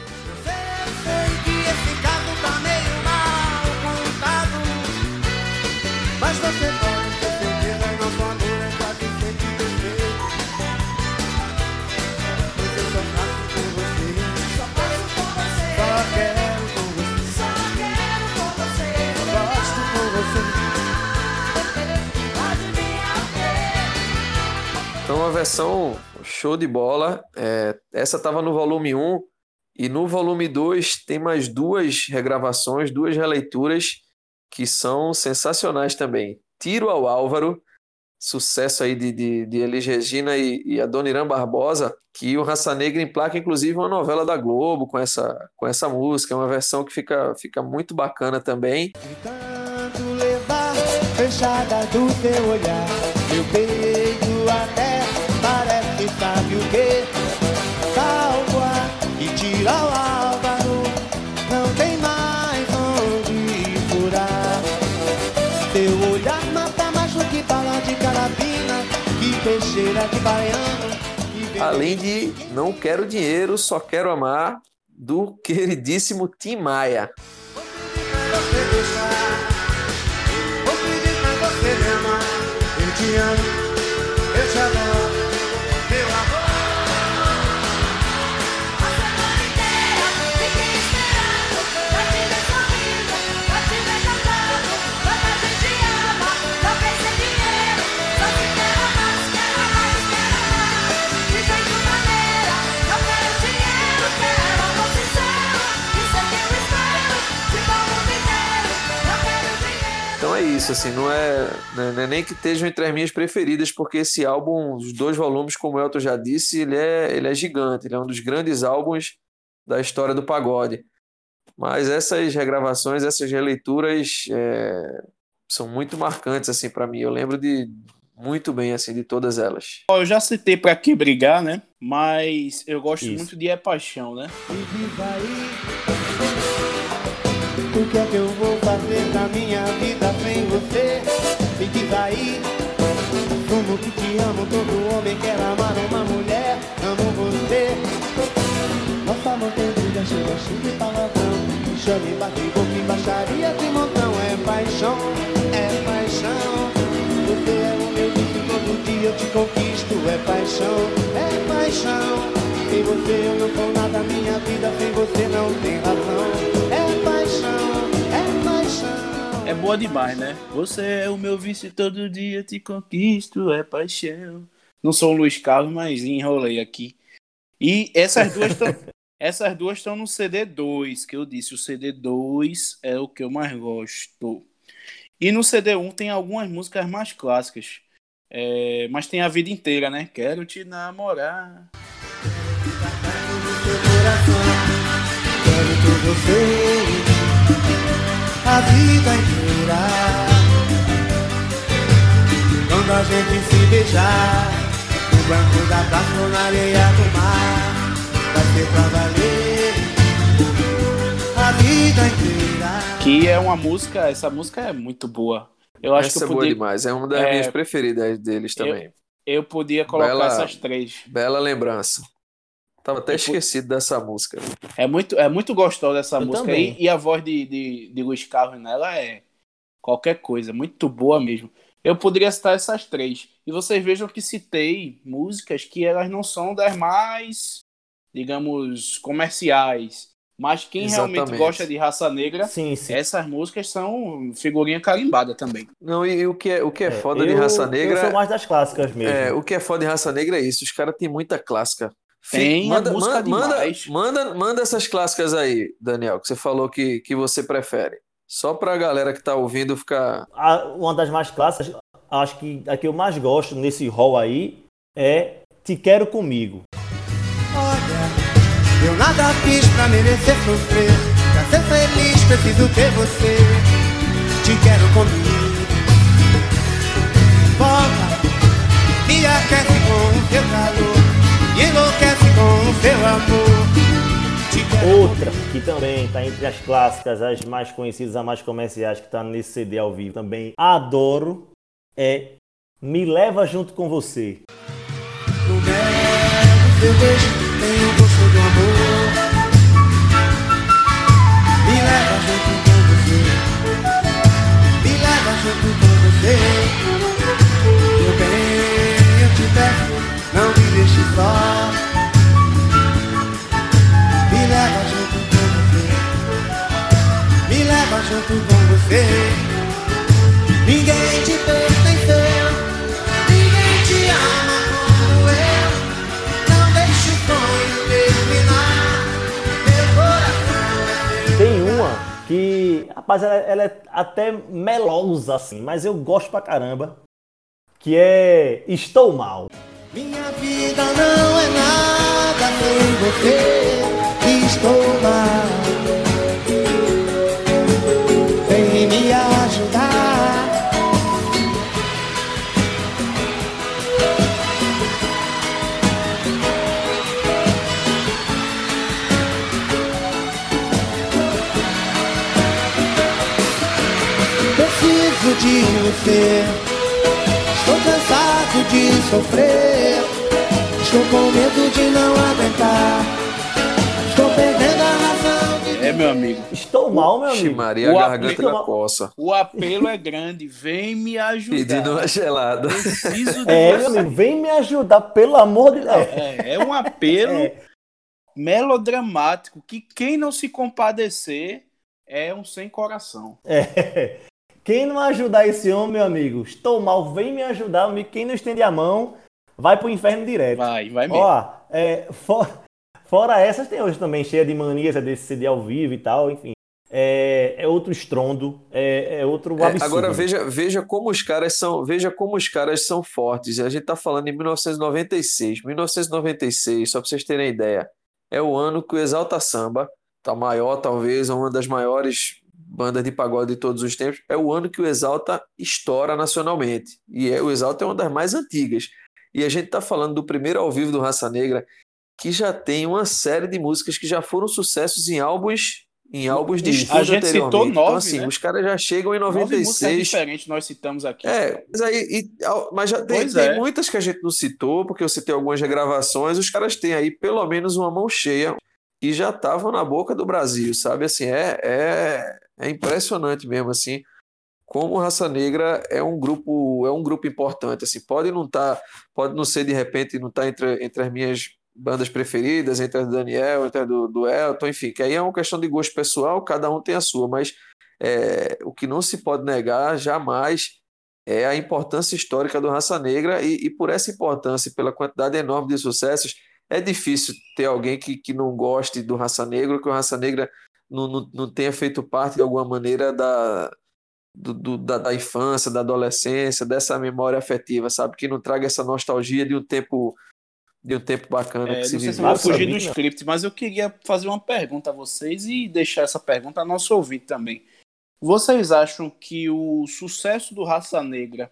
Speaker 2: Então, uma versão show de bola. É, essa estava no volume um e no volume dois tem mais duas regravações, duas releituras que são sensacionais também. Tiro ao Álvaro, sucesso aí de, de, de Elis Regina e, e a Dona Irã Barbosa, que o Raça Negra emplaca inclusive uma novela da Globo com essa, com essa música. É uma versão que fica, fica muito bacana também.
Speaker 4: Tentando levar fechada do teu olhar, meu peito até parece sabe o que? Salva e tira o Álvaro, não tem mais onde furar. Teu olhar mata mais do que bala de carabina, que peixeira de baiano.
Speaker 2: Além de Não Quero Dinheiro, Só Quero Amar, do queridíssimo Tim Maia.
Speaker 4: Vou pedir pra você deixar, vou pedir pra você me amar. Eu te amo, eu te adoro, meu amor.
Speaker 5: A semana inteira fiquei esperando pra te ver sorrindo, pra te ver cantando. Quando a gente ama, não quer ser dinheiro, só se quer amar, se quer amar.
Speaker 2: isso, assim, não é, não é nem que estejam entre as minhas preferidas, porque esse álbum, os dois volumes, como o Elton já disse, ele é, ele é gigante, ele é um dos grandes álbuns da história do pagode. Mas essas regravações, essas releituras é, são muito marcantes, assim, para mim. Eu lembro de muito bem, assim, de todas elas.
Speaker 3: Ó, eu já citei Pra Que Brigar, né? Mas eu gosto
Speaker 1: Isso.
Speaker 3: muito de É Paixão, né?
Speaker 4: Me diz aí, o que é que eu vou fazer da minha vida sem você? Me diz aí, como que te amo, todo homem quer amar uma mulher, amo você. Nosso amor tem vida cheia, cheia de palavrão, chame, bate, boca e baixaria de montão. É paixão, é paixão, você é o meu vício, todo dia eu te conquisto. É paixão, é paixão, sem você eu não sou nada, minha vida sem você não tem razão. É paixão, é paixão.
Speaker 3: É boa demais, né? Você é o meu vício, todo dia te conquisto, é paixão. Não sou o Luiz Carlos, mas enrolei aqui. E essas duas estão essas duas estão no C D dois, que eu disse. O C D dois é o que eu mais gosto. E no C D um tem algumas músicas mais clássicas. É, mas tem A Vida Inteira, né? Quero te namorar.
Speaker 4: Seu coração, quero ter você a vida inteira. Quando a gente se beijar no banco da praça ou na areia do mar, vai ser pra valer a vida inteira.
Speaker 3: Que é uma música, essa música é muito boa. Eu acho
Speaker 2: Essa
Speaker 3: que eu
Speaker 2: é boa
Speaker 3: podia,
Speaker 2: demais, é uma das
Speaker 3: é,
Speaker 2: minhas preferidas deles também.
Speaker 3: eu podia colocar
Speaker 2: Bela-
Speaker 3: essas três.
Speaker 2: Bela lembrança. Tava até
Speaker 3: Eu-
Speaker 2: esquecido dessa música.
Speaker 3: É muito, é muito gostosa essa
Speaker 1: Eu
Speaker 3: música.
Speaker 1: também.
Speaker 3: E, e a voz de, de, de Luiz Carlos nela é qualquer coisa, muito boa mesmo. Eu poderia citar essas três. E vocês vejam que citei músicas que elas não são das mais, digamos, comerciais. Mas quem realmente
Speaker 2: Exatamente.
Speaker 3: gosta de Raça Negra,
Speaker 1: Sim, sim.
Speaker 3: essas músicas são figurinha carimbada também.
Speaker 2: Não, e, e o que é, o que é,
Speaker 1: É,
Speaker 2: foda de
Speaker 1: eu-
Speaker 2: Raça Negra...
Speaker 1: Eu sou mais das clássicas mesmo.
Speaker 2: É, o que é foda de Raça Negra é isso, os caras têm muita clássica. Fi-
Speaker 3: Tem, é música
Speaker 2: manda,
Speaker 3: demais.
Speaker 2: manda, manda essas clássicas aí, Daniel, que você falou que, que você prefere. Só pra galera que tá ouvindo ficar...
Speaker 1: A- uma das mais clássicas, acho que a que eu mais gosto nesse hall aí é Te Quero Comigo.
Speaker 4: Olha, eu nada fiz pra merecer sofrer. Pra ser feliz preciso ter você. Te quero comigo. Volta, me aquece com o seu calor, me enlouquece com o seu amor. Te quero
Speaker 1: Outra que também está entre as clássicas, as mais conhecidas, as mais comerciais, que está nesse C D ao vivo, também adoro, é Me Leva Junto com Você.
Speaker 4: No mel do seu beijo tem o gosto do amor. Me leva junto com você. Me leva junto com você. Meu bem, eu te peço, não me deixe só. Me leva junto com você. Me leva junto com você. Ninguém te pertenceu. Ninguém te ama como eu. Não deixe o sonho terminar. Meu coração é seu.
Speaker 1: Tem uma que, rapaz, ela, ela é até melosa assim, mas eu gosto pra caramba, que é Estou Mal.
Speaker 4: Minha vida não é nada sem você. Estou mal. Vem me ajudar. Preciso de você. Estou cansado de sofrer. Estou com medo de não aguentar. Estou perdendo a razão de
Speaker 3: É, meu amigo.
Speaker 1: Estou Mal, meu
Speaker 2: Ixi,
Speaker 1: amigo.
Speaker 2: Maria,
Speaker 3: O
Speaker 2: a garganta
Speaker 1: aplicou
Speaker 2: da
Speaker 1: uma-
Speaker 2: coça.
Speaker 3: O apelo é grande. Vem me ajudar.
Speaker 2: Pedindo uma gelada.
Speaker 3: Preciso de
Speaker 1: É, meu
Speaker 3: você.
Speaker 1: amigo, vem me ajudar, pelo amor de Deus.
Speaker 3: É, é um apelo
Speaker 1: É.
Speaker 3: melodramático que quem não se compadecer é um sem coração.
Speaker 1: É. Quem não ajudar esse homem, meu amigo, estou mal, vem me ajudar, meu amigo. Quem não estende a mão, vai pro inferno direto.
Speaker 3: Vai, vai mesmo.
Speaker 1: Ó, é, for- fora essas, tem hoje também, cheia de manias, é desse C D ao vivo e tal, enfim. é, é outro estrondo, é, é outro
Speaker 2: É, agora
Speaker 1: absurdo.
Speaker 2: veja, veja como os caras são, veja como os caras são fortes. A gente está falando em mil novecentos e noventa e seis. mil novecentos e noventa e seis, só para vocês terem ideia, é o ano que o Exalta Samba, tá maior talvez, uma das maiores bandas de pagode de todos os tempos, é o ano que o Exalta estoura nacionalmente. E é, o Exalta é uma das mais antigas. E a gente está falando do primeiro ao vivo do Raça Negra, que já tem uma série de músicas que já foram sucessos em álbuns, em álbuns de
Speaker 1: Isso.
Speaker 3: A
Speaker 2: estúdio
Speaker 3: gente citou
Speaker 2: anteriormente. Então,
Speaker 3: nove,
Speaker 2: assim,
Speaker 3: né?
Speaker 2: os caras já chegam em
Speaker 3: Nove músicas
Speaker 2: noventa e seis.
Speaker 3: diferentes nós citamos aqui.
Speaker 2: É, mas aí, e- ao- mas já tem,
Speaker 3: Pois
Speaker 2: tem
Speaker 3: é.
Speaker 2: muitas que a gente não citou, porque eu citei algumas regravações. Os caras têm aí pelo menos uma mão cheia e já estavam na boca do Brasil, sabe? Assim, é, é, é impressionante mesmo, assim, como o Raça Negra é um grupo, é um grupo importante, assim, pode não tá, pode não ser de repente, não estar entre, entre as minhas bandas preferidas, entre a do Daniel, entre a do, do Elton, enfim, que aí é uma questão de gosto pessoal, cada um tem a sua, mas é, o que não se pode negar jamais é a importância histórica do Raça Negra e, e por essa importância, e pela quantidade enorme de sucessos, é difícil ter alguém que, que não goste do Raça Negra, que o Raça Negra não, não, não tenha feito parte de alguma maneira da do, do- da, da infância, da adolescência, dessa memória afetiva, sabe? Que não traga essa nostalgia de um tempo, de um tempo bacana que
Speaker 3: É,
Speaker 2: se
Speaker 3: não sei se eu vou
Speaker 2: vivia,
Speaker 3: fugir
Speaker 2: sabe?
Speaker 3: do script, mas eu queria fazer uma pergunta a vocês e deixar essa pergunta a nosso ouvinte também. Vocês acham que o sucesso do Raça Negra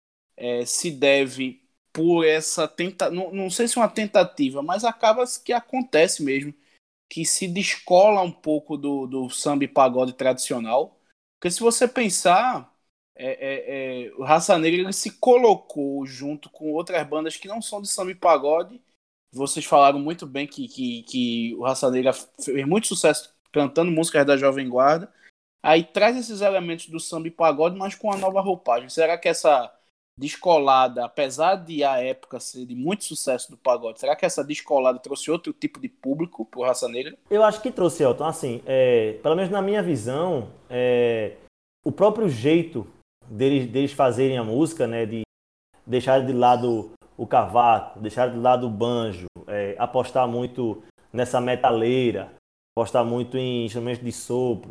Speaker 3: é, se deve por essa tentativa, não, não sei se é uma tentativa, mas acaba que acontece mesmo, que se descola um pouco do, do samba e pagode tradicional? Porque se você pensar, é, é, é, o Raça Negra ele se colocou junto com outras bandas que não são de samba e pagode. Vocês falaram muito bem que, que, que o Raça Negra fez muito sucesso cantando músicas da Jovem Guarda. Aí traz esses elementos do samba e pagode, mas com uma nova roupagem. Será que essa descolada, apesar de a época ser de muito sucesso do pagode, será que essa descolada trouxe outro tipo de público pro Raça Negra?
Speaker 1: Eu acho que trouxe, Elton. Assim, é, pelo menos na minha visão, é, o próprio jeito deles, deles fazerem a música, né, de deixar de lado o cavaco, deixar de lado o banjo, é, apostar muito nessa metaleira, apostar muito em instrumentos de sopro.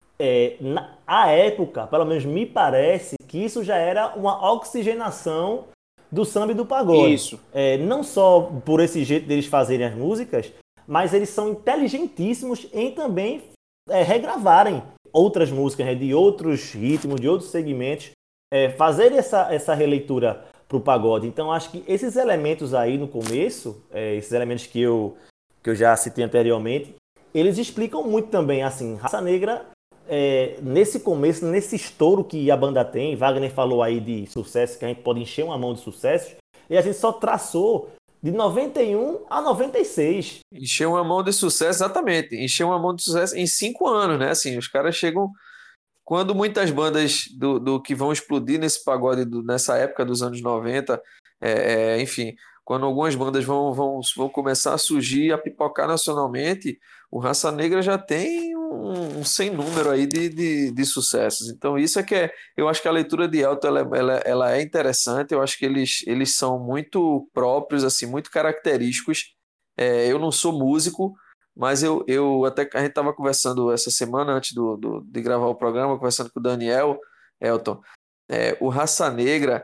Speaker 1: É, na a época, pelo menos me parece, que isso já era uma oxigenação do samba e do pagode.
Speaker 3: Isso.
Speaker 1: É, não só por esse jeito deles fazerem as músicas, mas eles são inteligentíssimos em também é, regravarem outras músicas, né, de outros ritmos, de outros segmentos, é, fazer essa, essa releitura para o pagode. Então, acho que esses elementos aí no começo, é, esses elementos que eu, que eu já citei anteriormente, eles explicam muito também, assim, Raça Negra, é, nesse começo, nesse estouro que a banda tem, Wagner falou aí de sucesso, que a gente pode encher uma mão de sucessos, e a gente só traçou de noventa e um a noventa e seis.
Speaker 2: Encheu uma mão de sucesso, exatamente. Encheu uma mão de sucesso em cinco anos, né? Assim, os caras chegam. Quando muitas bandas do, do que vão explodir nesse pagode, do- nessa época dos anos noventa, é, é, enfim, quando algumas bandas vão, vão, vão começar a surgir, a pipocar nacionalmente, o Raça Negra já tem um, um sem número aí de, de, de sucessos. Então, isso é que é. Eu acho que a leitura de Elton ela, é- ela, ela é interessante, eu acho que eles, eles são muito próprios, assim, muito característicos. É, eu não sou músico. Mas eu, eu até a gente estava conversando essa semana antes do, do- de gravar o programa, conversando com o Daniel, Elton. É, o Raça Negra,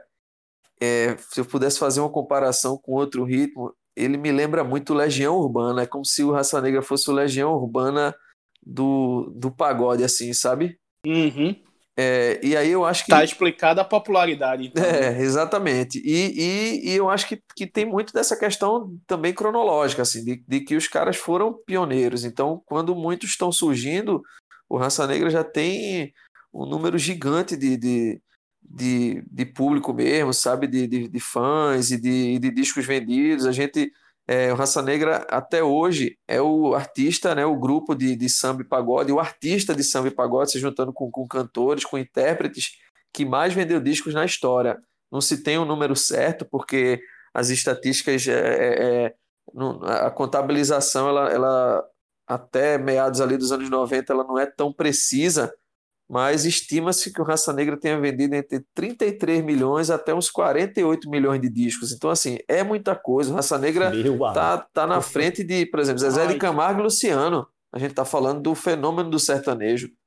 Speaker 2: é, se eu pudesse fazer uma comparação com outro ritmo, ele me lembra muito Legião Urbana. É como se o Raça Negra fosse o Legião Urbana do, do pagode, assim, sabe?
Speaker 3: Uhum.
Speaker 2: É, e aí eu acho que.
Speaker 3: Tá explicada a popularidade, então. né?
Speaker 2: É, exatamente. E, e, e eu acho que, que tem muito dessa questão também cronológica, assim, de, de que os caras foram pioneiros. Então, quando muitos estão surgindo, o Raça Negra já tem um número gigante de, de, de, de público mesmo, sabe? De, de, de fãs e de, de discos vendidos. A gente, é, o Raça Negra, até hoje, é o artista, né? O grupo de, de samba e pagode, o artista de samba e pagode, se juntando com, com cantores, com intérpretes que mais vendeu discos na história. Não se tem um número certo, porque as estatísticas, é, é, é, não- a contabilização, ela, ela até meados ali dos anos noventa, ela não é tão precisa, mas estima-se que o Raça Negra tenha vendido entre trinta e três milhões até uns quarenta e oito milhões de discos. Então, assim, é muita coisa. O Raça Negra
Speaker 1: Meu amigo.
Speaker 2: tá, tá na frente de, por exemplo, Zezé de
Speaker 3: Ai.
Speaker 2: Camargo e Luciano. A gente tá falando do fenômeno do sertanejo.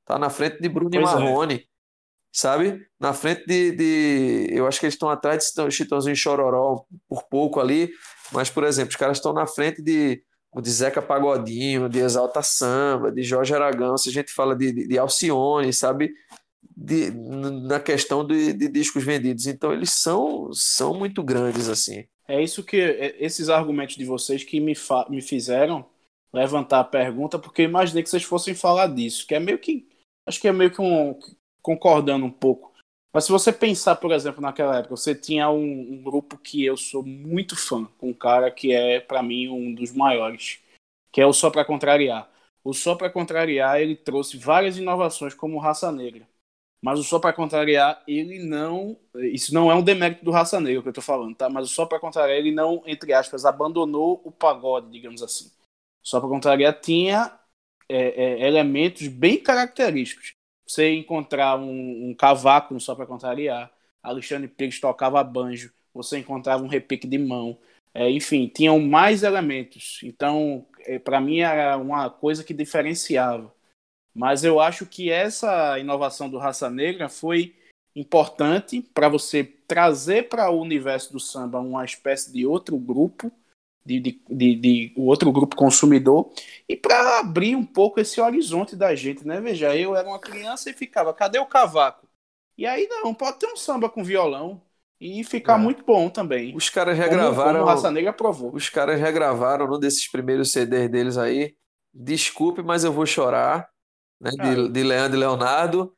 Speaker 2: Tá na frente de Bruno e
Speaker 3: Pois é.
Speaker 2: Marrone, sabe? Na frente de, de- Eu acho que eles estão atrás de Chitão- Chitãozinho e Chororó por pouco ali, mas, por exemplo, os caras estão na frente de, de Zeca Pagodinho, de Exalta Samba, de Jorge Aragão, se a gente fala de, de, de Alcione, sabe? De, na questão de, de discos vendidos. Então, eles são, são muito grandes, assim.
Speaker 3: É isso que é- esses argumentos de vocês que me, fa- me fizeram levantar a pergunta, porque eu imaginei que vocês fossem falar disso, que é meio que acho que é meio que um concordando um pouco. Mas se você pensar, por exemplo, naquela época, você tinha um, um grupo que eu sou muito fã, um cara que é pra mim um dos maiores, que é o Só Pra Contrariar. O Só Pra Contrariar, ele trouxe várias inovações como Raça Negra. Mas o Só Pra Contrariar, ele não... Isso não é um demérito do Raça Negra que eu tô falando, tá? Mas o Só Pra Contrariar, ele não, entre aspas, abandonou o pagode, digamos assim. Só Pra Contrariar tinha é, é, elementos bem característicos. Você encontrar um, um cavaco no Só Pra Contrariar, Alexandre Pires tocava banjo, você encontrava um repique de mão. É, enfim, tinham mais elementos. Então, é, para mim, era uma coisa que diferenciava. Mas eu acho que essa inovação do Raça Negra foi importante para você trazer para o universo do samba uma espécie de outro grupo, de, de, de, de o outro grupo consumidor, e para abrir um pouco esse horizonte da gente, né? Veja, eu era uma criança e ficava, cadê o cavaco? E aí não, pode ter um samba com violão e ficar
Speaker 2: É.
Speaker 3: muito bom também.
Speaker 2: Os caras
Speaker 3: Como,
Speaker 2: regravaram.
Speaker 3: como Raça Negra provou.
Speaker 2: Os caras regravaram num desses primeiros C Ds deles aí. Desculpe, mas eu vou chorar. Né? De,
Speaker 3: Aí.
Speaker 2: de Leandro e Leonardo.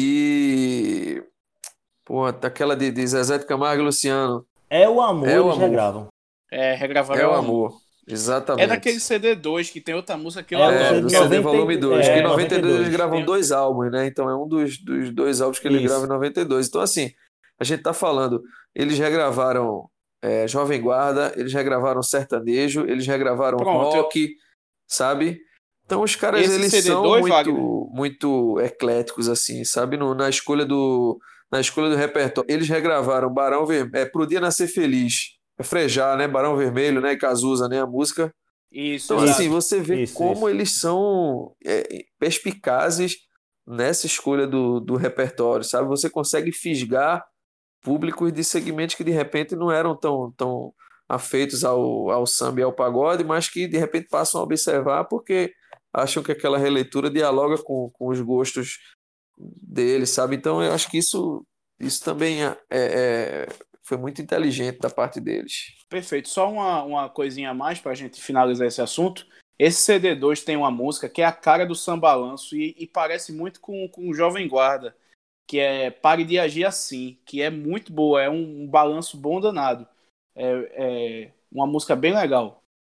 Speaker 2: E. Pô, aquela de, de Zezé de Camargo e Luciano.
Speaker 1: É o amor,
Speaker 2: É o
Speaker 1: eles
Speaker 2: amor.
Speaker 1: regravam.
Speaker 3: É, regravaram
Speaker 2: É o
Speaker 3: o
Speaker 2: amor. Exatamente.
Speaker 3: É daquele C D dois que tem outra música que eu
Speaker 1: É o
Speaker 2: É,
Speaker 3: adoro.
Speaker 2: do
Speaker 3: que é o-
Speaker 2: C D
Speaker 1: noventa
Speaker 2: Volume dois. que
Speaker 1: é,
Speaker 2: em noventa e dois eles
Speaker 1: noventa e dois.
Speaker 2: gravam
Speaker 3: Tem-
Speaker 2: dois álbuns, né? Então é um dos, dos dois álbuns que ele
Speaker 1: Isso.
Speaker 2: grava em noventa e dois. Então, assim, a gente tá falando, eles regravaram é, Jovem Guarda, eles regravaram Sertanejo, eles regravaram
Speaker 3: Pronto, eu-
Speaker 2: rock, sabe? Então os caras,
Speaker 3: Esse
Speaker 2: eles
Speaker 3: C D
Speaker 2: são
Speaker 3: dois,
Speaker 2: muito,
Speaker 3: Wagner?
Speaker 2: muito ecléticos, assim, sabe? No- na escolha do, na escolha do repertório. Eles regravaram Barão Vermelho, é, Pro Dia Nascer Feliz, é Frejá, né? Barão Vermelho, né? E Cazuza, né? A música.
Speaker 3: Isso,
Speaker 2: Então,
Speaker 3: exato.
Speaker 2: assim, você vê
Speaker 1: Isso,
Speaker 2: como
Speaker 1: isso.
Speaker 2: eles são é, perspicazes nessa escolha do, do repertório, sabe? Você consegue fisgar públicos de segmentos que de repente não eram tão, tão afeitos ao, ao samba e ao pagode, mas que de repente passam a observar porque acham que aquela releitura dialoga com, com os gostos deles, sabe? Então, eu acho que isso, isso também é, é- foi muito inteligente da parte deles.
Speaker 3: Perfeito. Só uma, uma coisinha a mais para a gente finalizar esse assunto. Esse C D dois tem uma música que é a cara do sambalanço e, e parece muito com, com o Jovem Guarda, que é Pare de Agir Assim, que é muito boa, é um, um balanço bom danado. É, é uma música bem legal.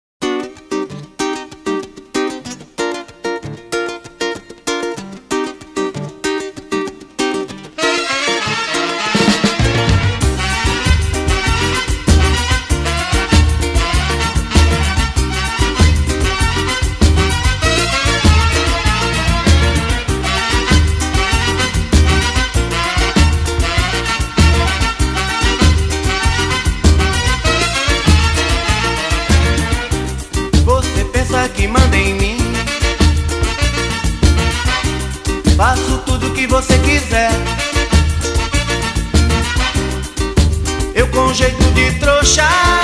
Speaker 4: Você pensa que manda em mim? Faço tudo o que você quiser. Eu com jeito de trouxa.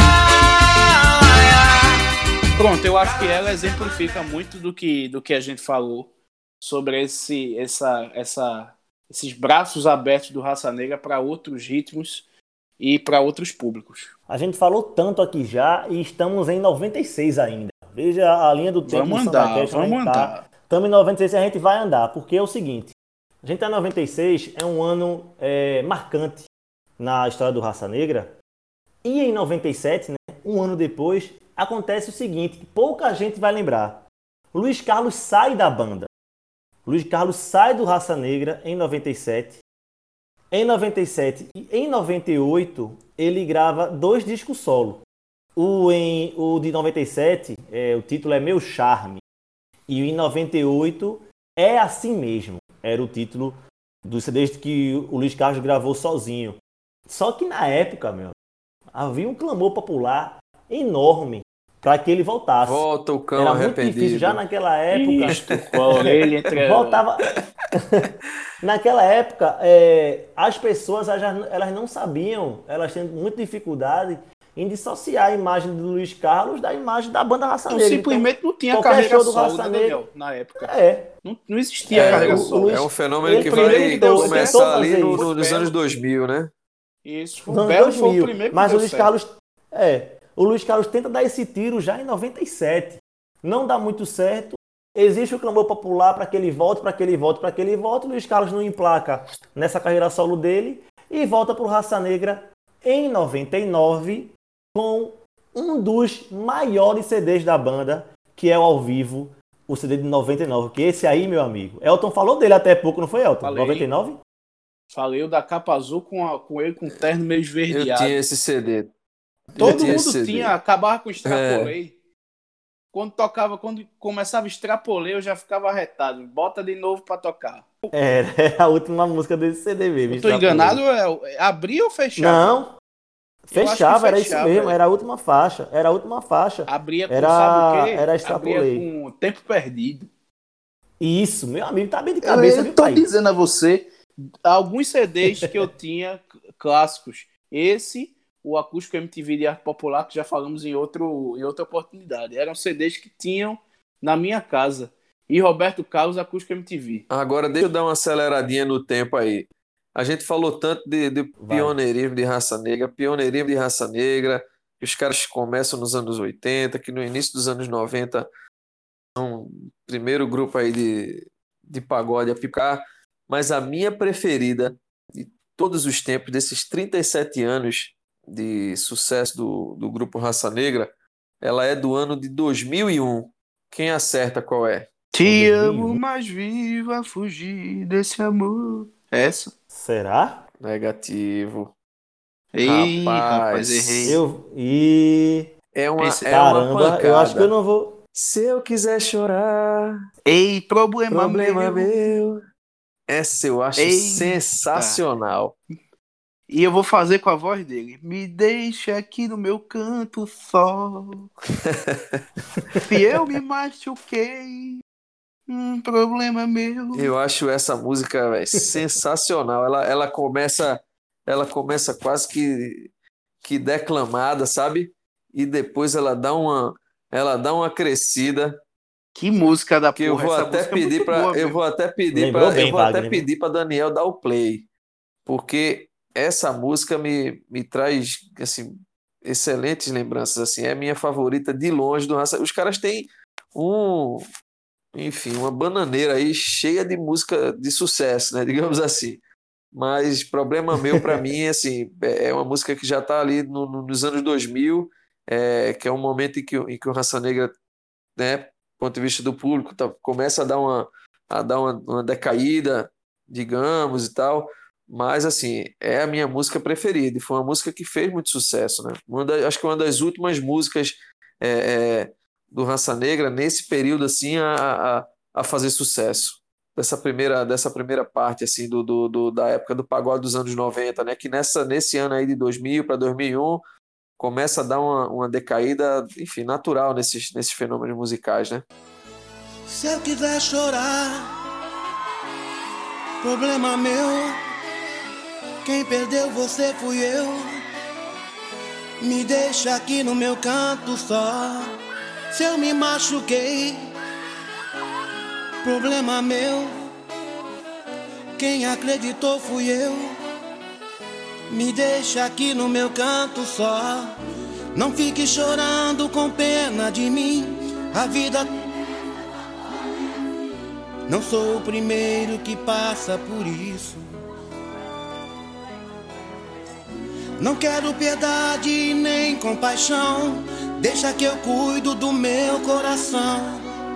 Speaker 3: Pronto, eu acho que ela exemplifica muito do que, do que a gente falou sobre esse, essa, essa, esses braços abertos do Raça Negra para outros ritmos e para outros públicos.
Speaker 1: A gente falou tanto aqui já e estamos em noventa e seis ainda. Veja a linha do tempo
Speaker 3: Vamos
Speaker 1: do
Speaker 3: andar,
Speaker 1: SambaCast,
Speaker 3: vamos
Speaker 1: a gente tá-
Speaker 3: andar.
Speaker 1: Estamos em noventa e seis e a gente vai andar, porque é o seguinte, a gente tá em noventa e seis, é um ano é, marcante na história do Raça Negra, e em noventa e sete, né, um ano depois, acontece o seguinte, que pouca gente vai lembrar. Luiz Carlos sai da banda. Luiz Carlos sai do Raça Negra em noventa e sete. Em noventa e sete e em noventa e oito, ele grava dois discos solo. O, em, o de noventa e sete, é, o título é Meu Charme. E em noventa e oito, É Assim Mesmo. Era o título dos C Ds que o Luiz Carlos gravou sozinho. Só que na época, meu, havia um clamor popular enorme para que ele voltasse.
Speaker 2: Volta o cão
Speaker 1: Era muito
Speaker 2: arrependido.
Speaker 1: difícil, já naquela época.
Speaker 3: Isto, com a orelha entre
Speaker 1: Voltava. Naquela época, é, as pessoas elas, já- elas não sabiam, elas têm muita dificuldade em dissociar a imagem do Luiz Carlos da imagem da banda Raça
Speaker 3: Não,
Speaker 1: Negra.
Speaker 3: simplesmente não tinha
Speaker 1: qualquer
Speaker 3: carreira
Speaker 1: show do
Speaker 3: solo,
Speaker 1: Raça
Speaker 3: né,
Speaker 1: Negra-
Speaker 3: Daniel? Na época.
Speaker 1: Então, é,
Speaker 3: Não, não existia
Speaker 2: É,
Speaker 3: carreira
Speaker 2: o-
Speaker 3: solo.
Speaker 1: Luiz-
Speaker 2: É um fenômeno
Speaker 1: ele
Speaker 2: que
Speaker 1: primeiro
Speaker 2: vai
Speaker 1: tentou- tentou
Speaker 2: começar ali
Speaker 1: fazer
Speaker 2: no-
Speaker 1: isso.
Speaker 2: no- nos anos dois mil, né?
Speaker 3: Isso,
Speaker 1: nos
Speaker 3: o
Speaker 1: anos
Speaker 3: Belo
Speaker 1: dois
Speaker 3: foi o
Speaker 1: mil.
Speaker 3: primeiro que
Speaker 1: Mas o
Speaker 3: deu
Speaker 1: Luiz
Speaker 3: certo.
Speaker 1: Carlos, é, o Luiz Carlos tenta dar esse tiro já em noventa e sete. Não dá muito certo. Existe o clamor popular para que ele volte, para que ele volte, para que ele volte. O Luiz Carlos não emplaca nessa carreira solo dele e volta para o Raça Negra em noventa e nove com um dos maiores C Ds da banda, que é o Ao Vivo, o C D de noventa e nove. Que esse aí, meu amigo, Elton falou dele até pouco, não foi, Elton?
Speaker 3: Falei.
Speaker 1: noventa e nove?
Speaker 3: Falei o da capa azul com, a- com ele com um terno meio
Speaker 2: Eu
Speaker 3: esverdeado.
Speaker 2: tinha esse C D. Eu
Speaker 3: Todo
Speaker 2: tinha esse
Speaker 3: mundo
Speaker 2: C D.
Speaker 3: tinha, acabava com extrapolei. Quando tocava, quando começava extrapolei, eu já ficava arretado. Bota de novo pra tocar.
Speaker 1: Era, é a última música desse C D mesmo.
Speaker 3: Eu tô enganado, é, abria ou fechava?
Speaker 1: Não,
Speaker 3: Eu acho que
Speaker 1: fechava, era isso
Speaker 3: fechava,
Speaker 1: mesmo,
Speaker 3: é.
Speaker 1: era a última faixa, era a última faixa.
Speaker 3: Abria com,
Speaker 1: Era-
Speaker 3: sabe o quê?
Speaker 1: era extrapolei.
Speaker 3: Abria com tempo perdido.
Speaker 1: Isso, meu amigo, tá bem de
Speaker 3: Eu,
Speaker 1: cabeça,
Speaker 3: eu
Speaker 1: viu,
Speaker 3: tô
Speaker 1: pai?
Speaker 3: dizendo a você, alguns C Ds que eu tinha c- clássicos. Esse, o Acústico M T V de Arte Popular, que já falamos em, outro, em outra oportunidade. Eram C Ds que tinham na minha casa. E Roberto Carlos, Acústico M T V.
Speaker 2: Agora deixa eu dar uma aceleradinha no tempo aí. A gente falou tanto de, de
Speaker 1: Vai.
Speaker 2: pioneirismo de raça negra, pioneirismo de raça negra, que os caras começam nos anos oitenta, que no início dos anos noventa são o primeiro grupo aí de, de pagode a picar, mas a minha preferida de todos os tempos, desses trinta e sete anos de sucesso do, do grupo Raça Negra, ela é do ano de dois mil e um. Quem acerta qual é?
Speaker 3: Te
Speaker 1: dois mil e
Speaker 3: amo,
Speaker 1: um.
Speaker 3: mas viva fugir desse amor. Essa?
Speaker 1: Será?
Speaker 2: Negativo.
Speaker 3: Ei,
Speaker 2: Rapaz,
Speaker 3: rapaz, errei.
Speaker 1: Eu. E.
Speaker 2: É uma,
Speaker 3: Esse-
Speaker 2: é uma
Speaker 1: Caramba,
Speaker 2: pancada.
Speaker 1: eu acho que eu não vou.
Speaker 2: Se eu quiser chorar,
Speaker 3: Ei, problema,
Speaker 2: problema
Speaker 3: meu.
Speaker 2: meu. Essa eu acho
Speaker 3: Eita.
Speaker 2: sensacional.
Speaker 3: E eu vou fazer com a voz dele. Me deixa aqui no meu canto só. Se eu me machuquei, um problema meu.
Speaker 2: Eu acho essa música véi, sensacional. Ela, ela começa, ela começa quase que, que declamada, sabe? E depois ela dá uma, ela dá uma crescida.
Speaker 3: Que música da
Speaker 2: Que eu
Speaker 3: porra.
Speaker 2: vou
Speaker 3: essa
Speaker 2: até
Speaker 3: música é
Speaker 2: pedir
Speaker 3: muito
Speaker 2: para,
Speaker 3: boa
Speaker 2: eu
Speaker 3: mesmo.
Speaker 2: vou até pedir
Speaker 1: Lembrou
Speaker 2: para,
Speaker 1: bem,
Speaker 2: eu vou até
Speaker 1: Wagner,
Speaker 2: pedir para Daniel dar o play, porque essa música me, me traz assim excelentes lembranças, assim, é a minha favorita de longe do Raça. Os caras têm um, enfim, uma bananeira aí cheia de música de sucesso, né, digamos assim. Mas problema meu para mim, assim, é uma música que já está ali no- no- nos anos dois mil, é, que é um momento em que, o- em que o Raça Negra, né, do ponto de vista do público, tá- começa a dar uma, a dar uma, uma decaída, digamos, e tal. Mas, assim, é a minha música preferida. E foi uma música que fez muito sucesso, né? Uma da- acho que uma das últimas músicas é, é, do Raça Negra, nesse período, assim, a, a, a fazer sucesso. Dessa primeira, dessa primeira parte, assim, do, do, do- da época do pagode dos anos noventa, né? Que nessa, nesse ano aí de dois mil para dois mil e um começa a dar uma, uma decaída, enfim, natural nesses, nesses fenômenos musicais, né?
Speaker 4: Se eu quiser chorar, problema meu. Quem perdeu você fui eu. Me deixa aqui no meu canto só. Se eu me machuquei, problema meu. Quem acreditou fui eu. Me deixa aqui no meu canto só. Não fique chorando com pena de mim. A vida. Não sou o primeiro que passa por isso. Não quero piedade nem compaixão. Deixa que eu cuido do meu coração.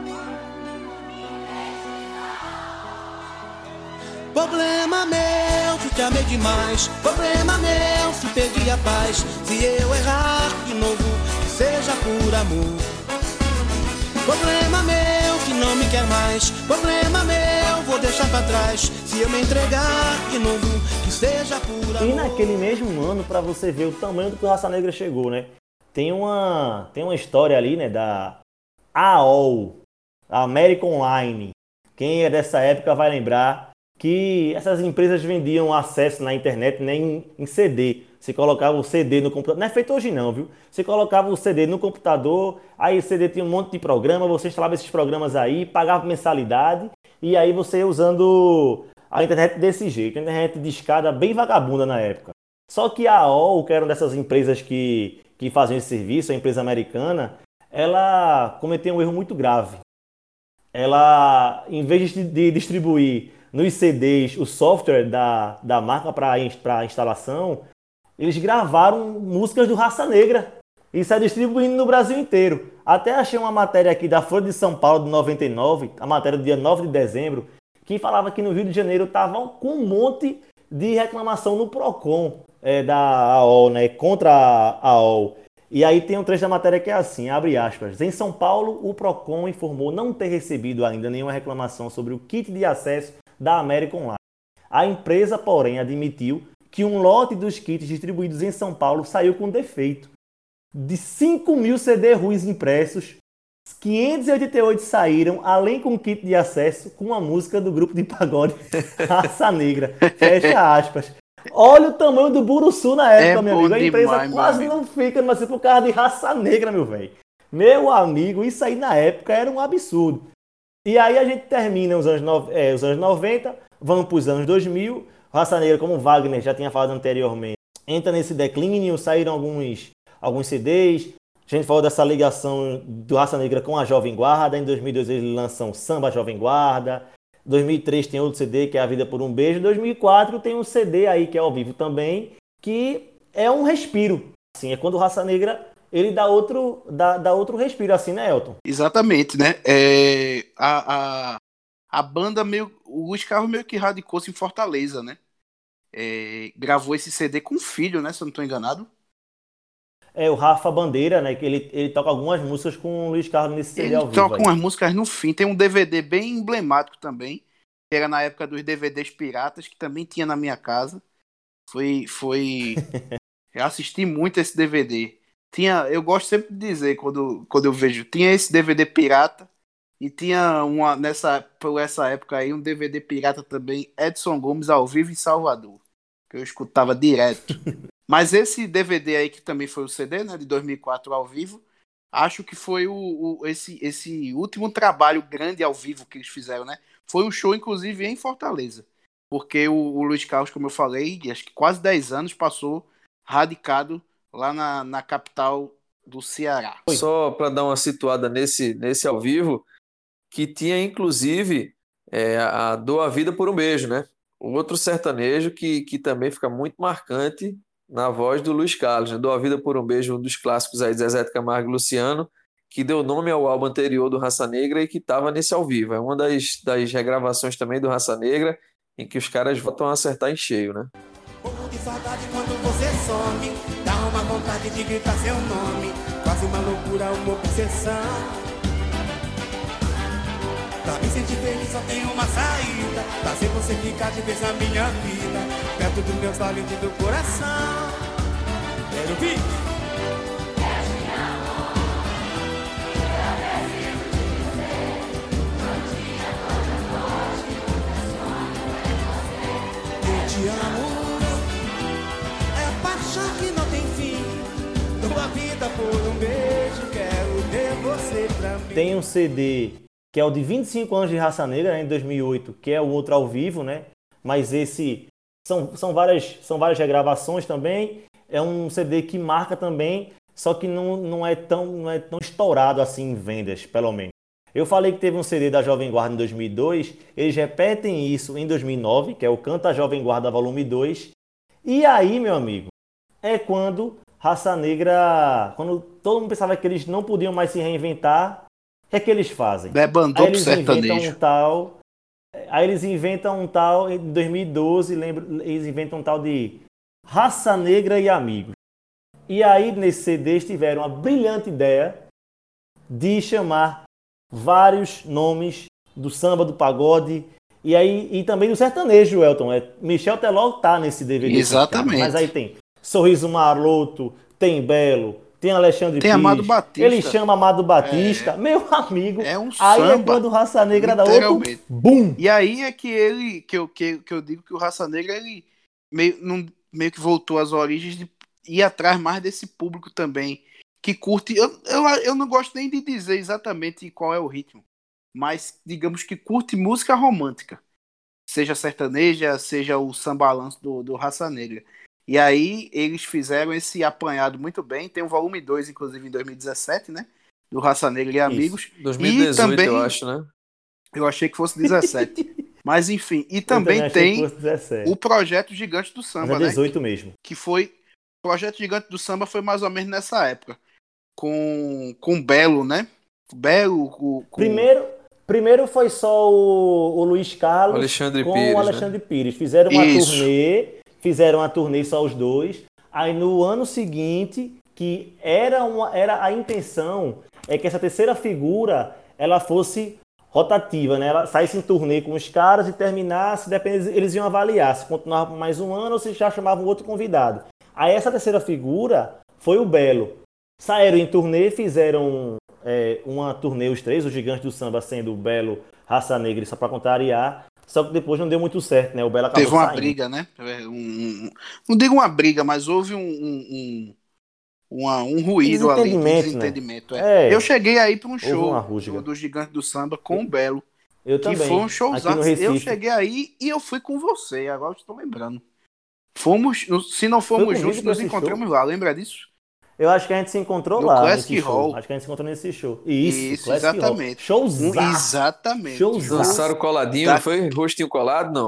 Speaker 4: Problema meu, que te amei demais. Problema meu, se perdi a paz. Se eu errar de novo, que seja por amor. Problema meu, que não me quer mais. Problema meu, vou deixar pra trás. Se eu me entregar de novo, que seja por amor.
Speaker 1: E naquele mesmo ano, pra você ver o tamanho do que o Raça Negra chegou, né? tem uma, tem uma história ali, né, da A O L, American Online. Quem é dessa época vai lembrar que essas empresas vendiam acesso na internet, né, em, em C D. Você colocava o C D no computador. Não é feito hoje não, viu? Você colocava o C D no computador, aí o C D tinha um monte de programa, você instalava esses programas aí, pagava mensalidade, e aí você ia usando a internet desse jeito. A internet de escada bem vagabunda na época. Só que a O L, que era uma dessas empresas que, que faziam esse serviço, a empresa americana, ela cometeu um erro muito grave. Ela, em vez de, de distribuir nos C Ds o software da, da marca para instalação, eles gravaram músicas do Raça Negra e saiu distribuindo no Brasil inteiro. Até achei uma matéria aqui da Folha de São Paulo de noventa e nove, a matéria do dia nove de dezembro, que falava que no Rio de Janeiro estavam com um monte de reclamação no Procon é, da A O L, né, contra a, a O L. E aí tem um trecho da matéria que é assim, abre aspas. Em São Paulo, o Procon informou não ter recebido ainda nenhuma reclamação sobre o kit de acesso da American Online. A empresa, porém, admitiu que um lote dos kits distribuídos em São Paulo saiu com defeito. De cinco mil C D ruins impressos, quinhentos e oitenta e oito saíram, além com kit de acesso, com a música do grupo de pagode Raça Negra. Fecha aspas. Olha o tamanho do Buruçu na época,
Speaker 3: É
Speaker 1: meu
Speaker 3: bom
Speaker 1: amigo. A empresa
Speaker 3: demais, meu
Speaker 1: quase
Speaker 3: amigo.
Speaker 1: não fica, mas por causa de Raça Negra, meu velho. Meu amigo, isso aí na época era um absurdo. E aí a gente termina os anos, no- é, os anos noventa, vamos para os anos dois mil. Raça Negra, como o Wagner já tinha falado anteriormente, entra nesse declínio, saíram alguns, alguns C Ds. A gente falou dessa ligação do Raça Negra com a Jovem Guarda. Em dois mil e dois eles lançam Samba Jovem Guarda. Em dois mil e três tem outro C D que é A Vida por um Beijo. Em dois mil e quatro tem um C D aí que é ao vivo também, que é um respiro. Assim, é quando o Raça Negra ele dá outro, dá, dá outro respiro, assim, né, Elton?
Speaker 3: Exatamente, né? É, a, a, a banda meio. O Luiz Carlos meio que radicou-se em Fortaleza, né? É, gravou esse C D com o filho, né? Se eu não estou enganado.
Speaker 1: É o Rafa Bandeira, né? Que ele, ele toca algumas músicas com o Luiz Carlos nesse C D
Speaker 3: Ele
Speaker 1: ao vivo.
Speaker 3: toca
Speaker 1: Aí.
Speaker 3: umas músicas no fim. Tem um D V D bem emblemático também, que era na época dos D V Ds piratas, que também tinha na minha casa. Foi. foi... Eu assisti muito esse D V D. Tinha, eu gosto sempre de dizer, quando, quando eu vejo, tinha esse D V D pirata e tinha uma, nessa, por essa época aí, um D V D pirata também, Edson Gomes ao vivo em Salvador, que eu escutava direto. Mas esse D V D aí, que também foi o C D, né, de dois mil e quatro ao vivo, acho que foi o, o, esse, esse último trabalho grande ao vivo que eles fizeram, né? Foi um show, inclusive, em Fortaleza. Porque o, o Luiz Carlos, como eu falei, acho que quase dez anos passou radicado lá na, na capital do Ceará.
Speaker 2: Só para dar uma situada nesse, nesse ao vivo, que tinha inclusive é, a Dou a Vida por um Beijo, né? Outro sertanejo que, que também fica muito marcante na voz do Luiz Carlos, né? Dou a Vida por um Beijo, um dos clássicos aí de Zezé de Camargo e Luciano, que deu nome ao álbum anterior do Raça Negra e que estava nesse ao vivo. É uma das, das regravações também do Raça Negra, em que os caras voltam a acertar em cheio, né?
Speaker 6: Pouco de saudade quando você some, dá uma vontade de gritar seu nome, quase uma loucura, uma obsessão. Pra me sentir feliz só tem uma saída, fazer você ficar de vez na minha vida, perto dos meus olhos e do coração. Quero vir. Eu te amo. É paixão que não tem fim. Dou a vida por um beijo. Quero ter você pra mim.
Speaker 1: Tem um C D que é o de vinte e cinco anos de Raça Negra, né, em dois mil e oito, que é o outro ao vivo, né? Mas esse são, são, várias, são várias regravações também. É um C D que marca também, só que não, não, é tão, não é tão estourado assim em vendas, pelo menos. Eu falei que teve um C D da Jovem Guarda em dois mil e dois, eles repetem isso em dois mil e nove, que é o Canta Jovem Guarda Volume dois. E aí, meu amigo, é quando Raça Negra, quando todo mundo pensava que eles não podiam mais se reinventar, o que é que eles fazem?
Speaker 3: Debandou
Speaker 1: Aí
Speaker 3: pro
Speaker 1: eles inventam
Speaker 3: sertanejo.
Speaker 1: um tal, aí eles inventam um tal, em dois mil e doze, lembro, eles inventam um tal de Raça Negra e Amigos. E aí, nesse C D, eles tiveram a brilhante ideia de chamar vários nomes do samba, do pagode, e aí e também do sertanejo, Elton. É, Michel Teló tá nesse D V D.
Speaker 3: Exatamente.
Speaker 1: Mas aí tem Sorriso Maroto, tem Belo, tem Alexandre
Speaker 3: Tem
Speaker 1: Pires,
Speaker 3: Amado Batista.
Speaker 1: ele chama Amado Batista, meu amigo.
Speaker 3: É um
Speaker 1: Aí é
Speaker 3: samba,
Speaker 1: quando o Raça Negra dá outro
Speaker 3: literalmente.
Speaker 1: bum.
Speaker 3: E aí é que ele, que eu, que, que eu digo que o Raça Negra, ele meio, não, meio que voltou às origens de ir atrás mais desse público também, que curte, eu, eu, eu não gosto nem de dizer exatamente qual é o ritmo, mas digamos que curte música romântica, seja sertaneja, seja o sambalanço do, do Raça Negra. E aí eles fizeram esse apanhado muito bem, tem o volume dois, inclusive, em dois mil e dezessete, né? Do Raça Negra e Amigos.
Speaker 2: dois mil e dezoito,
Speaker 3: E também,
Speaker 2: eu acho, né?
Speaker 3: eu achei que fosse dezessete. Mas enfim, e
Speaker 1: Eu também
Speaker 3: também
Speaker 1: achei que
Speaker 3: tem
Speaker 1: fosse dezessete.
Speaker 3: o Projeto Gigante do
Speaker 1: Mas
Speaker 3: Samba,
Speaker 1: é
Speaker 3: né?
Speaker 1: dezoito mesmo.
Speaker 3: Que foi. O Projeto Gigante do Samba foi mais ou menos nessa época. Com, com Belo, né? Belo, com, com...
Speaker 1: Primeiro, primeiro foi só o, o Luiz Carlos
Speaker 2: Alexandre
Speaker 1: com
Speaker 2: Pires,
Speaker 1: o Alexandre Pires. Fizeram uma
Speaker 3: Isso.
Speaker 1: turnê, fizeram uma turnê só os dois. Aí no ano seguinte, que era, uma, era a intenção, é que essa terceira figura ela fosse rotativa, né? Ela saísse em turnê com os caras e terminasse, depende, eles iam avaliar se continuava por mais um ano ou se já chamavam outro convidado. Aí essa terceira figura foi o Belo. Saíram em turnê, fizeram é, uma turnê os três, os Gigantes do Samba sendo o Belo, Raça Negra e só pra contrariar. Só que depois não deu muito certo, né? O Belo acabou
Speaker 3: Teve uma
Speaker 1: saindo.
Speaker 3: briga, né? Um, um- não digo uma briga, mas houve um, um, um, uma- um ruído ali, um
Speaker 1: Desentendimento, né?
Speaker 3: desentendimento. É.
Speaker 1: É.
Speaker 3: Eu cheguei aí para um
Speaker 1: Houve
Speaker 3: show
Speaker 1: uma rusga.
Speaker 3: do, do Gigante do Samba com o Belo.
Speaker 1: Eu
Speaker 3: Que
Speaker 1: também.
Speaker 3: foi um
Speaker 1: Aqui
Speaker 3: showzaço.
Speaker 1: no
Speaker 3: Eu
Speaker 1: Recife.
Speaker 3: cheguei aí e eu fui com você, agora eu estou lembrando. Fomos, se não
Speaker 1: Foi
Speaker 3: fomos
Speaker 1: comigo
Speaker 3: juntos,
Speaker 1: pra
Speaker 3: nos
Speaker 1: esse
Speaker 3: encontramos
Speaker 1: show?
Speaker 3: lá, lembra disso?
Speaker 1: Eu acho que a gente se encontrou
Speaker 3: No
Speaker 1: lá
Speaker 3: Classic
Speaker 1: nesse show.
Speaker 3: Hall.
Speaker 1: Acho que a gente se encontrou nesse show. Isso,
Speaker 3: Isso,
Speaker 1: Classic
Speaker 3: exatamente.
Speaker 1: Hall.
Speaker 3: Um,
Speaker 1: Showzaço.
Speaker 3: exatamente.
Speaker 1: Showzaço.
Speaker 2: Dançaram coladinho,
Speaker 3: Tá.
Speaker 2: não foi? Rostinho colado, não.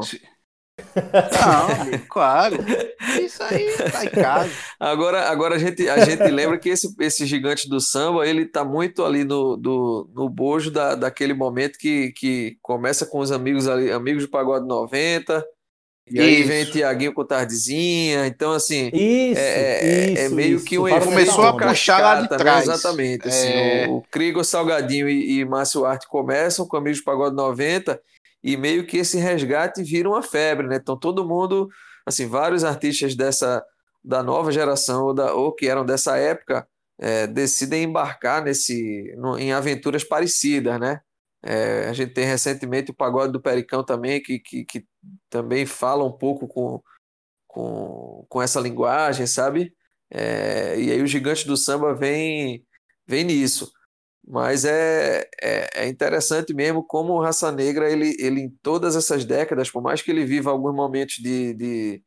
Speaker 3: Não, amigo, claro. Isso aí tá em casa.
Speaker 2: Agora, agora a gente, a gente lembra que esse, esse gigante do samba, ele tá muito ali no, do, no bojo da, daquele momento que, que começa com os amigos ali, amigos do Pagode noventa, e aí vem
Speaker 3: Isso.
Speaker 2: Tiaguinho com Tardezinha, então assim,
Speaker 1: Isso,
Speaker 2: é, é, é
Speaker 1: isso,
Speaker 2: meio
Speaker 1: isso.
Speaker 2: que um
Speaker 1: Fala
Speaker 2: efeito
Speaker 3: Começou a
Speaker 1: onda.
Speaker 3: puxar lá de
Speaker 2: cascata, né?
Speaker 3: trás.
Speaker 2: Exatamente, assim,
Speaker 3: É.
Speaker 2: o, o Krieger Salgadinho e, e Márcio Arte começam com amigos do Pagode noventa, e meio que esse resgate vira uma febre, né? Então todo mundo, assim, vários artistas dessa da nova geração ou, da, ou que eram dessa época é, decidem embarcar nesse no- em aventuras parecidas, né? É, a gente tem recentemente o Pagode do Pericão também que, que, que também fala um pouco com, com, com essa linguagem, sabe? É, e aí o Gigante do Samba vem vem nisso. Mas é, é, é interessante mesmo como o Raça Negra, ele, ele em todas essas décadas, por mais que ele viva alguns momentos de, de,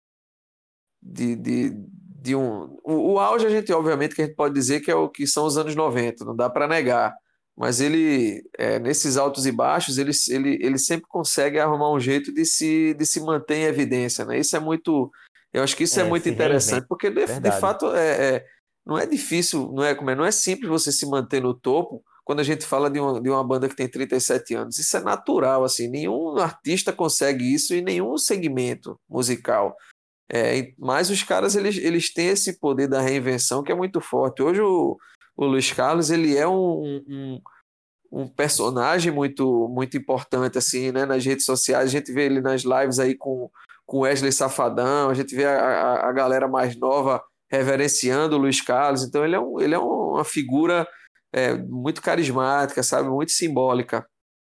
Speaker 2: de, de, de um... O, o auge, a gente, obviamente, que a gente pode dizer que é o que são os anos noventa, não dá para negar. Mas ele, é, nesses altos e baixos, ele, ele, ele sempre consegue arrumar um jeito de se, de se manter em evidência, né? Isso é muito... Eu acho que isso é,
Speaker 1: É,
Speaker 2: muito
Speaker 1: se
Speaker 2: interessante,
Speaker 1: reinventa.
Speaker 2: porque de, de
Speaker 1: Verdade.
Speaker 2: fato é, é- não é difícil, não é, como é, não é simples você se manter no topo quando a gente fala de uma, de uma banda que tem trinta e sete anos. Isso é natural, assim, nenhum artista consegue isso em nenhum segmento musical. É, e- mas os caras, eles, eles têm esse poder da reinvenção que é muito forte. Hoje o, o Luiz Carlos, ele é um, um, um personagem muito, muito importante, assim, né, nas redes sociais. A gente vê ele nas lives aí com, com Wesley Safadão, a gente vê a, a, a galera mais nova reverenciando o Luiz Carlos. Então ele é, um, ele é uma figura é, muito carismática, sabe, muito simbólica.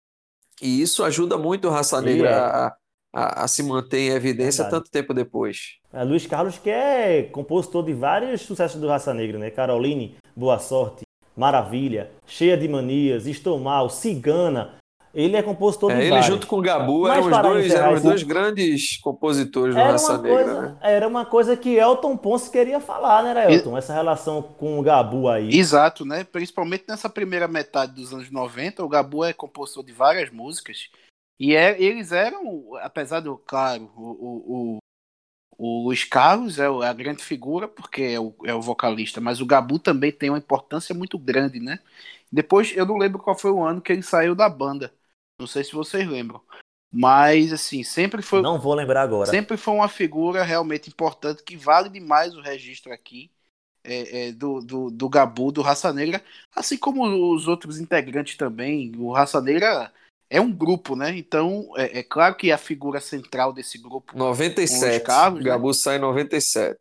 Speaker 2: E isso ajuda muito o Raça
Speaker 1: E
Speaker 2: Negra
Speaker 1: é.
Speaker 2: a, a, a se manter em evidência
Speaker 1: Verdade.
Speaker 2: tanto tempo depois.
Speaker 1: É, Luiz Carlos, que é compositor de vários sucessos do Raça Negra, né? Caroline, Boa Sorte, Maravilha, Cheia de Manias, Estou Mal, Cigana. Ele é compositor
Speaker 2: É,
Speaker 1: de
Speaker 2: ele
Speaker 1: vários.
Speaker 2: junto com o Gabu
Speaker 1: Mas
Speaker 2: eram os
Speaker 1: para
Speaker 2: dois,
Speaker 1: encerrar
Speaker 2: eram os
Speaker 1: esse-
Speaker 2: dois grandes compositores do
Speaker 1: Era
Speaker 2: Raça
Speaker 1: uma,
Speaker 2: Negra,
Speaker 1: coisa,
Speaker 2: né?
Speaker 1: era uma coisa que Elton Ponce queria falar, né, Elton? Essa relação com o Gabu aí.
Speaker 3: Exato, né? Principalmente nessa primeira metade dos anos noventa, o Gabu é compositor de várias músicas. E é, eles eram, apesar do, claro, o, o, o, o Luiz Carlos é o- é a grande figura, porque é o, é o vocalista, mas o Gabu também tem uma importância muito grande, né? Depois, eu não lembro qual foi o ano que ele saiu da banda. Não sei se vocês lembram. Mas, assim, sempre foi,
Speaker 1: Não vou lembrar agora.
Speaker 3: sempre foi uma figura realmente importante que vale demais o registro aqui é, é, do, do, do Gabu, do Raça Negra, assim como os outros integrantes também. O Raça Negra é um grupo, né? Então, é, é claro que a figura central desse grupo
Speaker 2: noventa e
Speaker 3: com o Luiz
Speaker 2: sete.
Speaker 3: Carlos, né?
Speaker 2: Gabu sai em noventa e sete.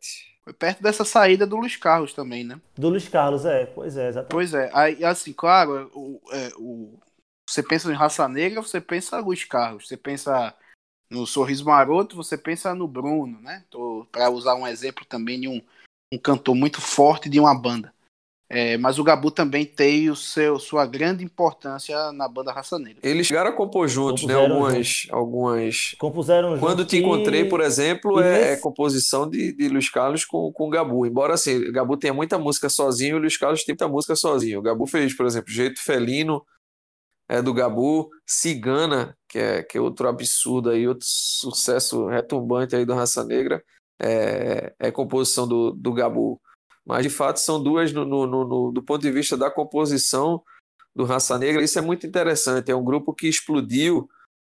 Speaker 3: Foi perto dessa saída do Luiz Carlos também, né?
Speaker 1: Do Luiz Carlos, é. Pois é, exatamente.
Speaker 3: Pois é. Aí, assim, claro, o, é, o, você pensa em Raça Negra, você pensa Luiz Carlos. Você pensa no Sorriso Maroto, você pensa no Bruno, né? Para usar um exemplo também de um, um cantor muito forte de uma banda. É, mas o Gabu também tem o seu, sua grande importância na banda Raça Negra.
Speaker 2: Eles chegaram a compor juntos, né?
Speaker 1: Compuseram
Speaker 2: Algumas, algumas.
Speaker 1: Compuseram
Speaker 2: Quando
Speaker 1: juntos
Speaker 2: Te
Speaker 1: e-
Speaker 2: Encontrei, por exemplo,
Speaker 1: e
Speaker 2: é,
Speaker 1: nesse-
Speaker 2: é composição de, de Luiz Carlos com, com o Gabu. Embora assim, o Gabu tenha muita música sozinho, o Luiz Carlos tem muita música sozinho. O Gabu fez, por exemplo, Jeito Felino, é do Gabu, Cigana, que é, que é outro absurdo aí, outro sucesso retumbante aí do Raça Negra, é, é composição do, do Gabu. Mas de fato são duas no, no, no, no- do ponto de vista da composição do Raça Negra. Isso é muito interessante. É um grupo que explodiu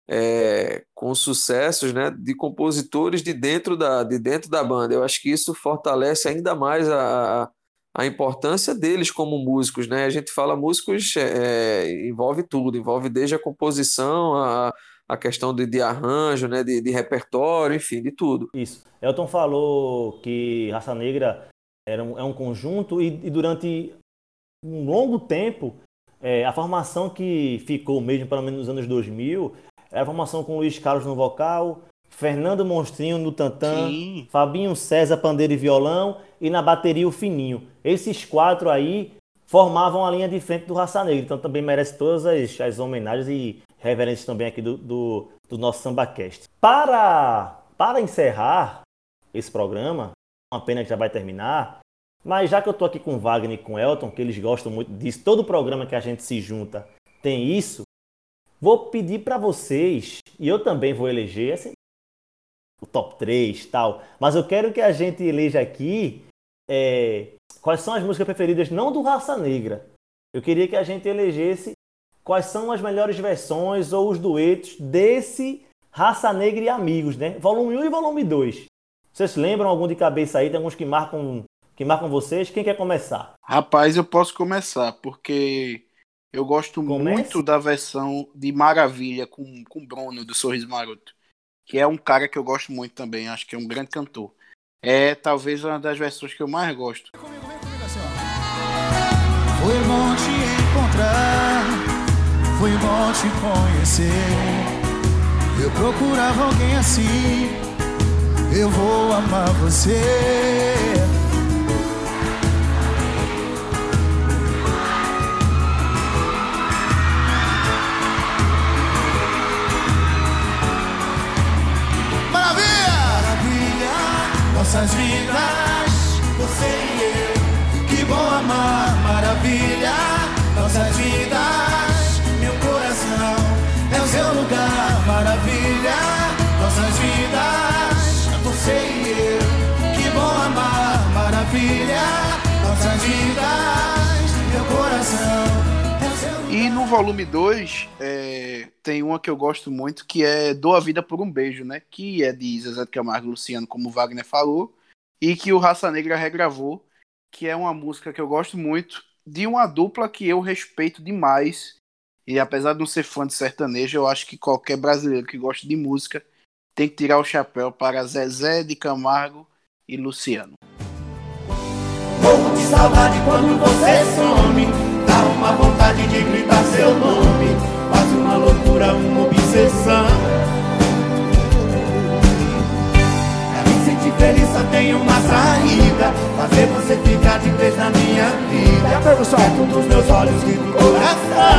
Speaker 2: é, com sucessos, né, de compositores de dentro da, de dentro da banda. Eu acho que isso fortalece ainda mais a, a a importância deles como músicos, né? A gente fala músicos, é, envolve tudo, envolve desde a composição, a, a questão de, de arranjo, né, de, de repertório, enfim, de tudo.
Speaker 1: Isso. Elton falou que Raça Negra era um, é um conjunto e, e durante um longo tempo é, a formação que ficou mesmo, pelo menos nos anos dois mil, era a formação com Luiz Carlos no vocal, Fernando Monstrinho no tantã,
Speaker 3: Sim.
Speaker 1: Fabinho César, pandeiro e violão e na bateria o Fininho. Esses quatro aí formavam a linha de frente do Raça Negra, então também merece todas as, as homenagens e reverências também aqui do, do, do nosso SambaCast. Para, para encerrar esse programa, uma pena que já vai terminar, mas já que eu tô aqui com o Wagner e com o Elton, que eles gostam muito disso, todo programa que a gente se junta tem isso, vou pedir para vocês, e eu também vou eleger assim, o top três e tal, mas eu quero que a gente eleja aqui é, quais são as músicas preferidas, não do Raça Negra. Eu queria que a gente elegesse quais são as melhores versões ou os duetos desse Raça Negra e Amigos, né? Volume um e volume dois. Vocês lembram algum de cabeça aí? Tem alguns que marcam, que marcam vocês? Quem quer começar?
Speaker 3: Rapaz, eu posso começar, porque eu gosto
Speaker 1: Comece.
Speaker 3: muito da versão de Maravilha com com Bruno, do Sorriso Maroto, que é um cara que eu gosto muito também, acho que é um grande cantor. É talvez uma das versões que eu mais gosto.
Speaker 6: Comigo, vem comigo assim, ó. Foi bom te encontrar, foi bom te conhecer. Eu procurava alguém assim, eu vou amar você. Nossas vidas, você e eu, que bom amar, maravilha. Nossas vidas, meu coração é o seu lugar, maravilha. Nossas vidas, você e eu, que bom amar, maravilha. Nossas vidas, meu coração é o seu lugar.
Speaker 3: E no volume dois, é, tem uma que eu gosto muito, que é Dou a Vida por um Beijo, né? Que é de Zezé de Camargo e Luciano, como o Wagner falou, e que o Raça Negra regravou, que é uma música que eu gosto muito, de uma dupla que eu respeito demais, e apesar de não ser fã de sertanejo, eu acho que qualquer brasileiro que gosta de música tem que tirar o chapéu para Zezé de Camargo e Luciano.
Speaker 6: Morro de saudade quando você some, dá uma vontade de gritar seu nome, quase uma loucura, uma obsessão. Pra me sentir feliz só tem uma saída, fazer você ficar de vez na minha vida, perto dos meus olhos e do coração.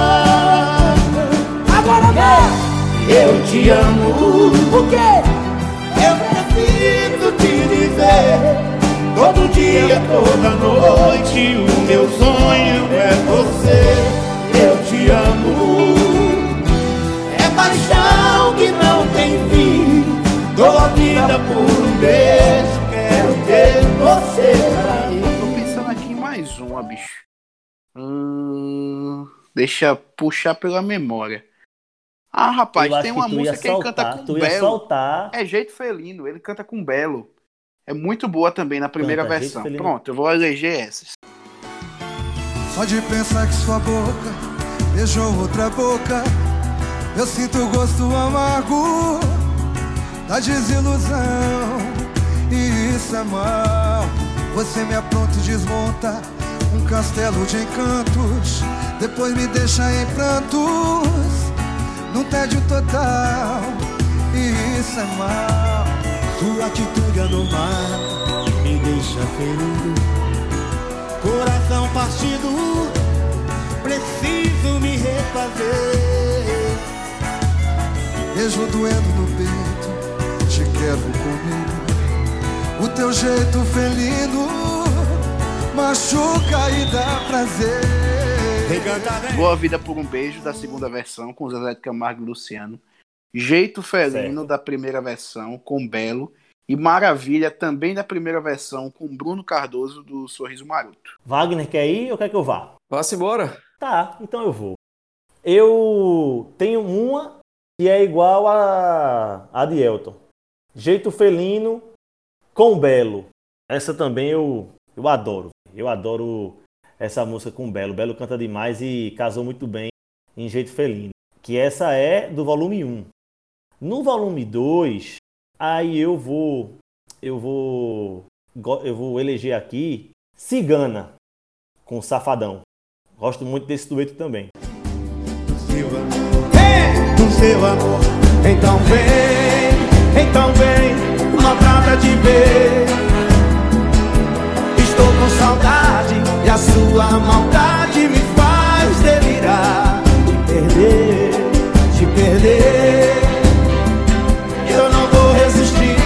Speaker 6: Agora vem! Eu te amo. O quê? Eu preciso te dizer. Todo dia, toda noite, o meu sonho é você. Eu te amo. É paixão que não tem fim. Dou a vida por um beijo. Quero ter você pra mim.
Speaker 3: Tô pensando aqui em mais uma, bicho. Hum, deixa eu puxar pela memória. Ah, rapaz,
Speaker 1: Eu acho
Speaker 3: tem
Speaker 1: que
Speaker 3: uma
Speaker 1: tu ia
Speaker 3: música que ele canta
Speaker 1: soltar,
Speaker 3: com
Speaker 1: tu ia
Speaker 3: Belo.
Speaker 1: soltar.
Speaker 3: É Jeito Felino, ele canta com Belo. É muito boa também na primeira
Speaker 1: Canta, Jeito
Speaker 3: versão.
Speaker 1: Felino.
Speaker 3: Pronto, eu vou eleger essas.
Speaker 7: Só de pensar que sua boca beijou outra boca, eu sinto o gosto amargo da desilusão. e isso é mal. Você me apronta e desmonta um castelo de encantos, depois me deixa em prantos, num tédio total, e isso é mal.
Speaker 6: Sua atitude anormal me deixa ferido, coração partido, preciso me refazer.
Speaker 7: Beijo doendo no peito, te quero comigo. O teu jeito felino machuca e dá prazer.
Speaker 3: Boa Vida por um Beijo, da segunda versão, com Zezé de Camargo e Luciano. Jeito Felino,
Speaker 1: Certo.
Speaker 3: da primeira versão, com Belo. E Maravilha, também da primeira versão, com Bruno Cardoso, do Sorriso Maroto.
Speaker 1: Wagner, quer ir ou quer que eu vá?
Speaker 2: Vá-se embora.
Speaker 1: Tá, então eu vou. Eu tenho uma que é igual a, a de Elton. Jeito Felino com Belo. Essa também eu, eu adoro. Eu adoro essa música com Belo. Belo canta demais e casou muito bem em Jeito Felino. Que essa é do volume um. No volume dois, aí eu vou eu vou eu vou eleger aqui Cigana com Safadão. Gosto muito desse dueto também.
Speaker 6: Seu amor, é do seu amor. Então vem, então vem, uma prata de ver. Estou com saudade e a sua maldade me faz delirar. Te perder, te perder, eu não vou resistir.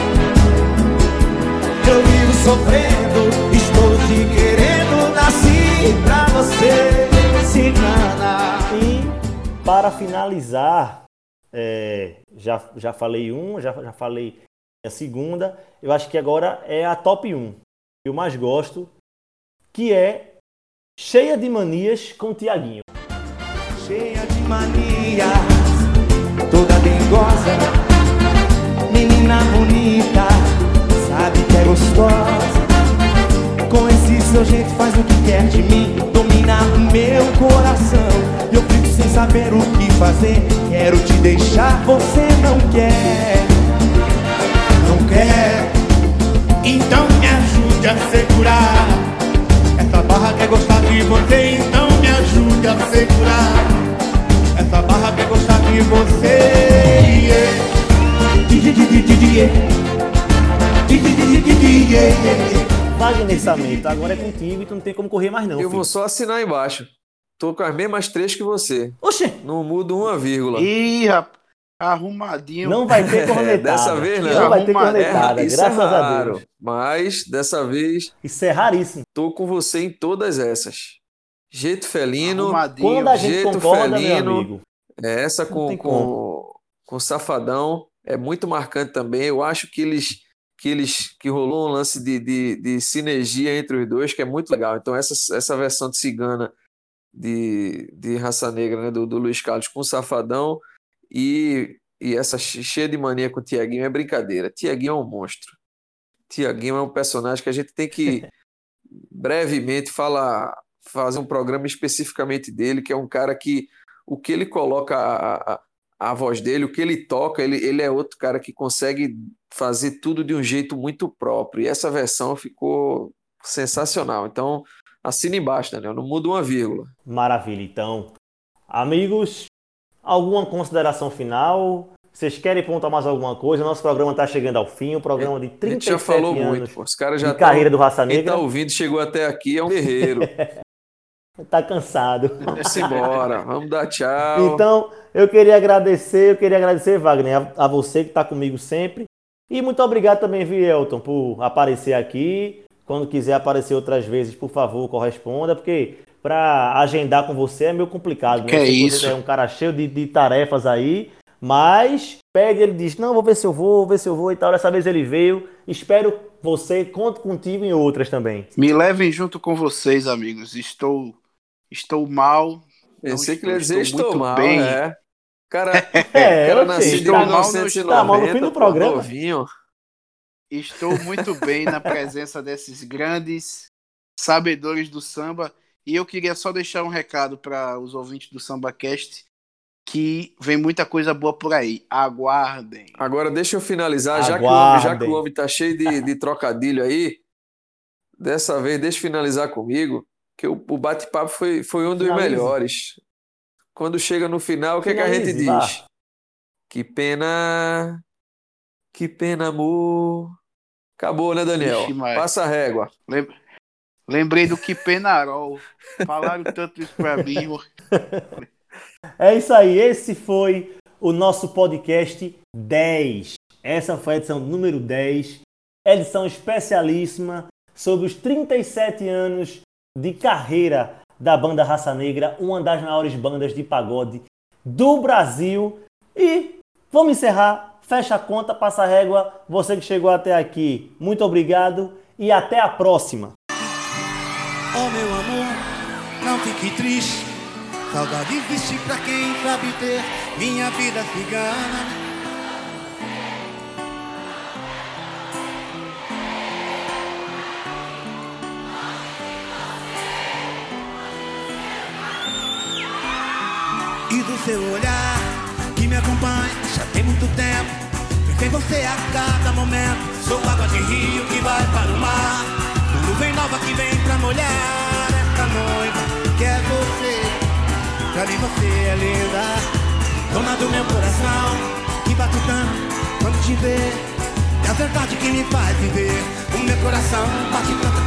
Speaker 6: Eu vivo sofrendo, estou te querendo, nasci pra você, cigana.
Speaker 1: E para finalizar, é, já, já falei um, já, já falei a segunda. Eu acho que agora é a top um, que eu mais gosto, que é Cheia de Manias com Tiaguinho.
Speaker 6: Cheia de manias, toda dengosa, menina bonita, sabe que é gostosa. Com esse seu jeito faz o que quer de mim, domina o meu coração. Eu fico sem saber o que fazer, quero te deixar, você não quer. Não quer, então me ajude a segurar. Essa barra quer gostar de você, então me ajude a segurar. Essa barra quer gostar de você, yeah. Di, di, di, di, di, yeah. Di, di, di, di, di, yeah.
Speaker 1: Wagner Samento, agora é contigo e tu não tem como correr mais não,
Speaker 2: Eu
Speaker 1: filho.
Speaker 2: vou só assinar embaixo. Tô com as mesmas três que você.
Speaker 1: Oxê,
Speaker 2: Não mudo uma vírgula.
Speaker 3: Ih, rapaz, arrumadinho.
Speaker 1: não vai ter cornetada.
Speaker 2: É, dessa vez não.
Speaker 1: Não vai ter
Speaker 3: Arruma-
Speaker 1: cornetada,
Speaker 2: É, isso
Speaker 1: graças
Speaker 2: é
Speaker 1: a
Speaker 2: raro,
Speaker 1: Deus.
Speaker 2: mas dessa vez
Speaker 1: Isso é raríssimo.
Speaker 2: tô com você em todas essas. Jeito Felino,
Speaker 3: Arrumadinho.
Speaker 1: Quando a gente
Speaker 2: Jeito
Speaker 1: concorda, meu
Speaker 2: Felino.
Speaker 1: amigo,
Speaker 2: é, essa
Speaker 1: Não
Speaker 2: com,
Speaker 1: tem
Speaker 2: com, com Safadão é muito marcante também. Eu acho que eles que eles que rolou um lance de, de, de sinergia entre os dois que é muito legal. Então essa, essa versão de Cigana de, de Raça Negra, né, do, do Luiz Carlos com Safadão e, e essa cheia de mania com o Tiaguinho é brincadeira. Tiaguinho é um monstro. Tiaguinho é um personagem que a gente tem que brevemente falar, fazer um programa especificamente dele, que é um cara que o que ele coloca a, a, a voz dele, o que ele toca, ele, ele é outro cara que consegue fazer tudo de um jeito muito próprio. E essa versão ficou sensacional. Então, assina embaixo, Daniel, não muda uma vírgula.
Speaker 1: maravilha. Então, amigos, alguma consideração final? Vocês querem pontuar mais alguma coisa? Nosso programa está chegando ao fim, um programa de
Speaker 2: A gente
Speaker 1: trinta
Speaker 2: já
Speaker 1: e
Speaker 2: falou
Speaker 1: sete
Speaker 2: muito,
Speaker 1: anos
Speaker 2: pô. Os caras já
Speaker 1: de carreira
Speaker 2: tão-
Speaker 1: do Raça
Speaker 2: Quem
Speaker 1: Negra.
Speaker 2: tá ouvindo chegou até aqui é um guerreiro.
Speaker 1: Tá cansado.
Speaker 2: Vamos embora, vamos dar tchau.
Speaker 1: Então, eu queria agradecer, eu queria agradecer, Wagner, a, a você que está comigo sempre. E muito obrigado também, Vielton, por aparecer aqui. Quando quiser aparecer outras vezes, por favor, corresponda, porque para agendar com você é meio complicado, né?
Speaker 3: Que
Speaker 1: Eu
Speaker 3: é
Speaker 1: sei que
Speaker 3: isso?
Speaker 1: Você é um cara cheio de, de tarefas aí, mas pede, ele diz, não, vou ver se eu vou, vou ver se eu vou e tal. Dessa vez ele veio. Espero você, conto contigo em outras também.
Speaker 3: Me levem junto com vocês, amigos. Estou, estou mal.
Speaker 2: Pensei
Speaker 3: Não
Speaker 2: que ele ia dizer
Speaker 3: estou
Speaker 2: estou
Speaker 3: muito
Speaker 2: mal,
Speaker 3: bem.
Speaker 2: é. Cara,
Speaker 1: É,
Speaker 2: cara
Speaker 1: eu
Speaker 2: nascido
Speaker 1: sei,
Speaker 2: em
Speaker 3: tá mal, não
Speaker 2: novecentos e
Speaker 3: estou.
Speaker 1: Tá mal no fim
Speaker 2: noventa,
Speaker 1: do
Speaker 2: pô,
Speaker 1: programa.
Speaker 2: novinho.
Speaker 3: Estou muito bem na presença desses grandes sabedores do samba. E eu queria só deixar um recado para os ouvintes do SambaCast. que vem muita coisa boa por aí. Aguardem.
Speaker 2: Agora deixa eu finalizar, já que, o
Speaker 1: Aguardem.
Speaker 2: homem, já que o homem tá cheio de, de trocadilho aí, dessa vez deixa eu finalizar comigo, que o, o bate-papo foi, foi um dos
Speaker 1: Finalize.
Speaker 2: melhores. Quando chega no final, o que, é que a gente
Speaker 1: Finalize, vá.
Speaker 2: diz? Que pena, que pena, amor. Acabou, né, Daniel?
Speaker 3: Vixe, Maria.
Speaker 2: Passa a régua.
Speaker 3: Lem- Lembrei do que Penarol. Falaram tanto isso pra mim. mo-
Speaker 1: É isso aí, esse foi o nosso podcast dez. Essa foi a edição número dez, edição especialíssima sobre os trinta e sete anos de carreira da banda Raça Negra, uma das maiores bandas de pagode do Brasil. E vamos encerrar, fecha a conta, passa a régua, você que chegou até aqui, muito obrigado e até a próxima.
Speaker 6: Oh meu amor, não fique triste. Saudade existe pra quem sabe ter minha vida cigana. E do seu olhar que me acompanha já tem muito tempo. Pensei em você a cada momento. Sou água de rio que vai para o mar. Nuvem nova que vem pra molhar essa noiva que é você. Pra mim você é linda, dona do meu coração, que bate tanto quando te vê. É a verdade que me faz viver. O meu coração bate tanto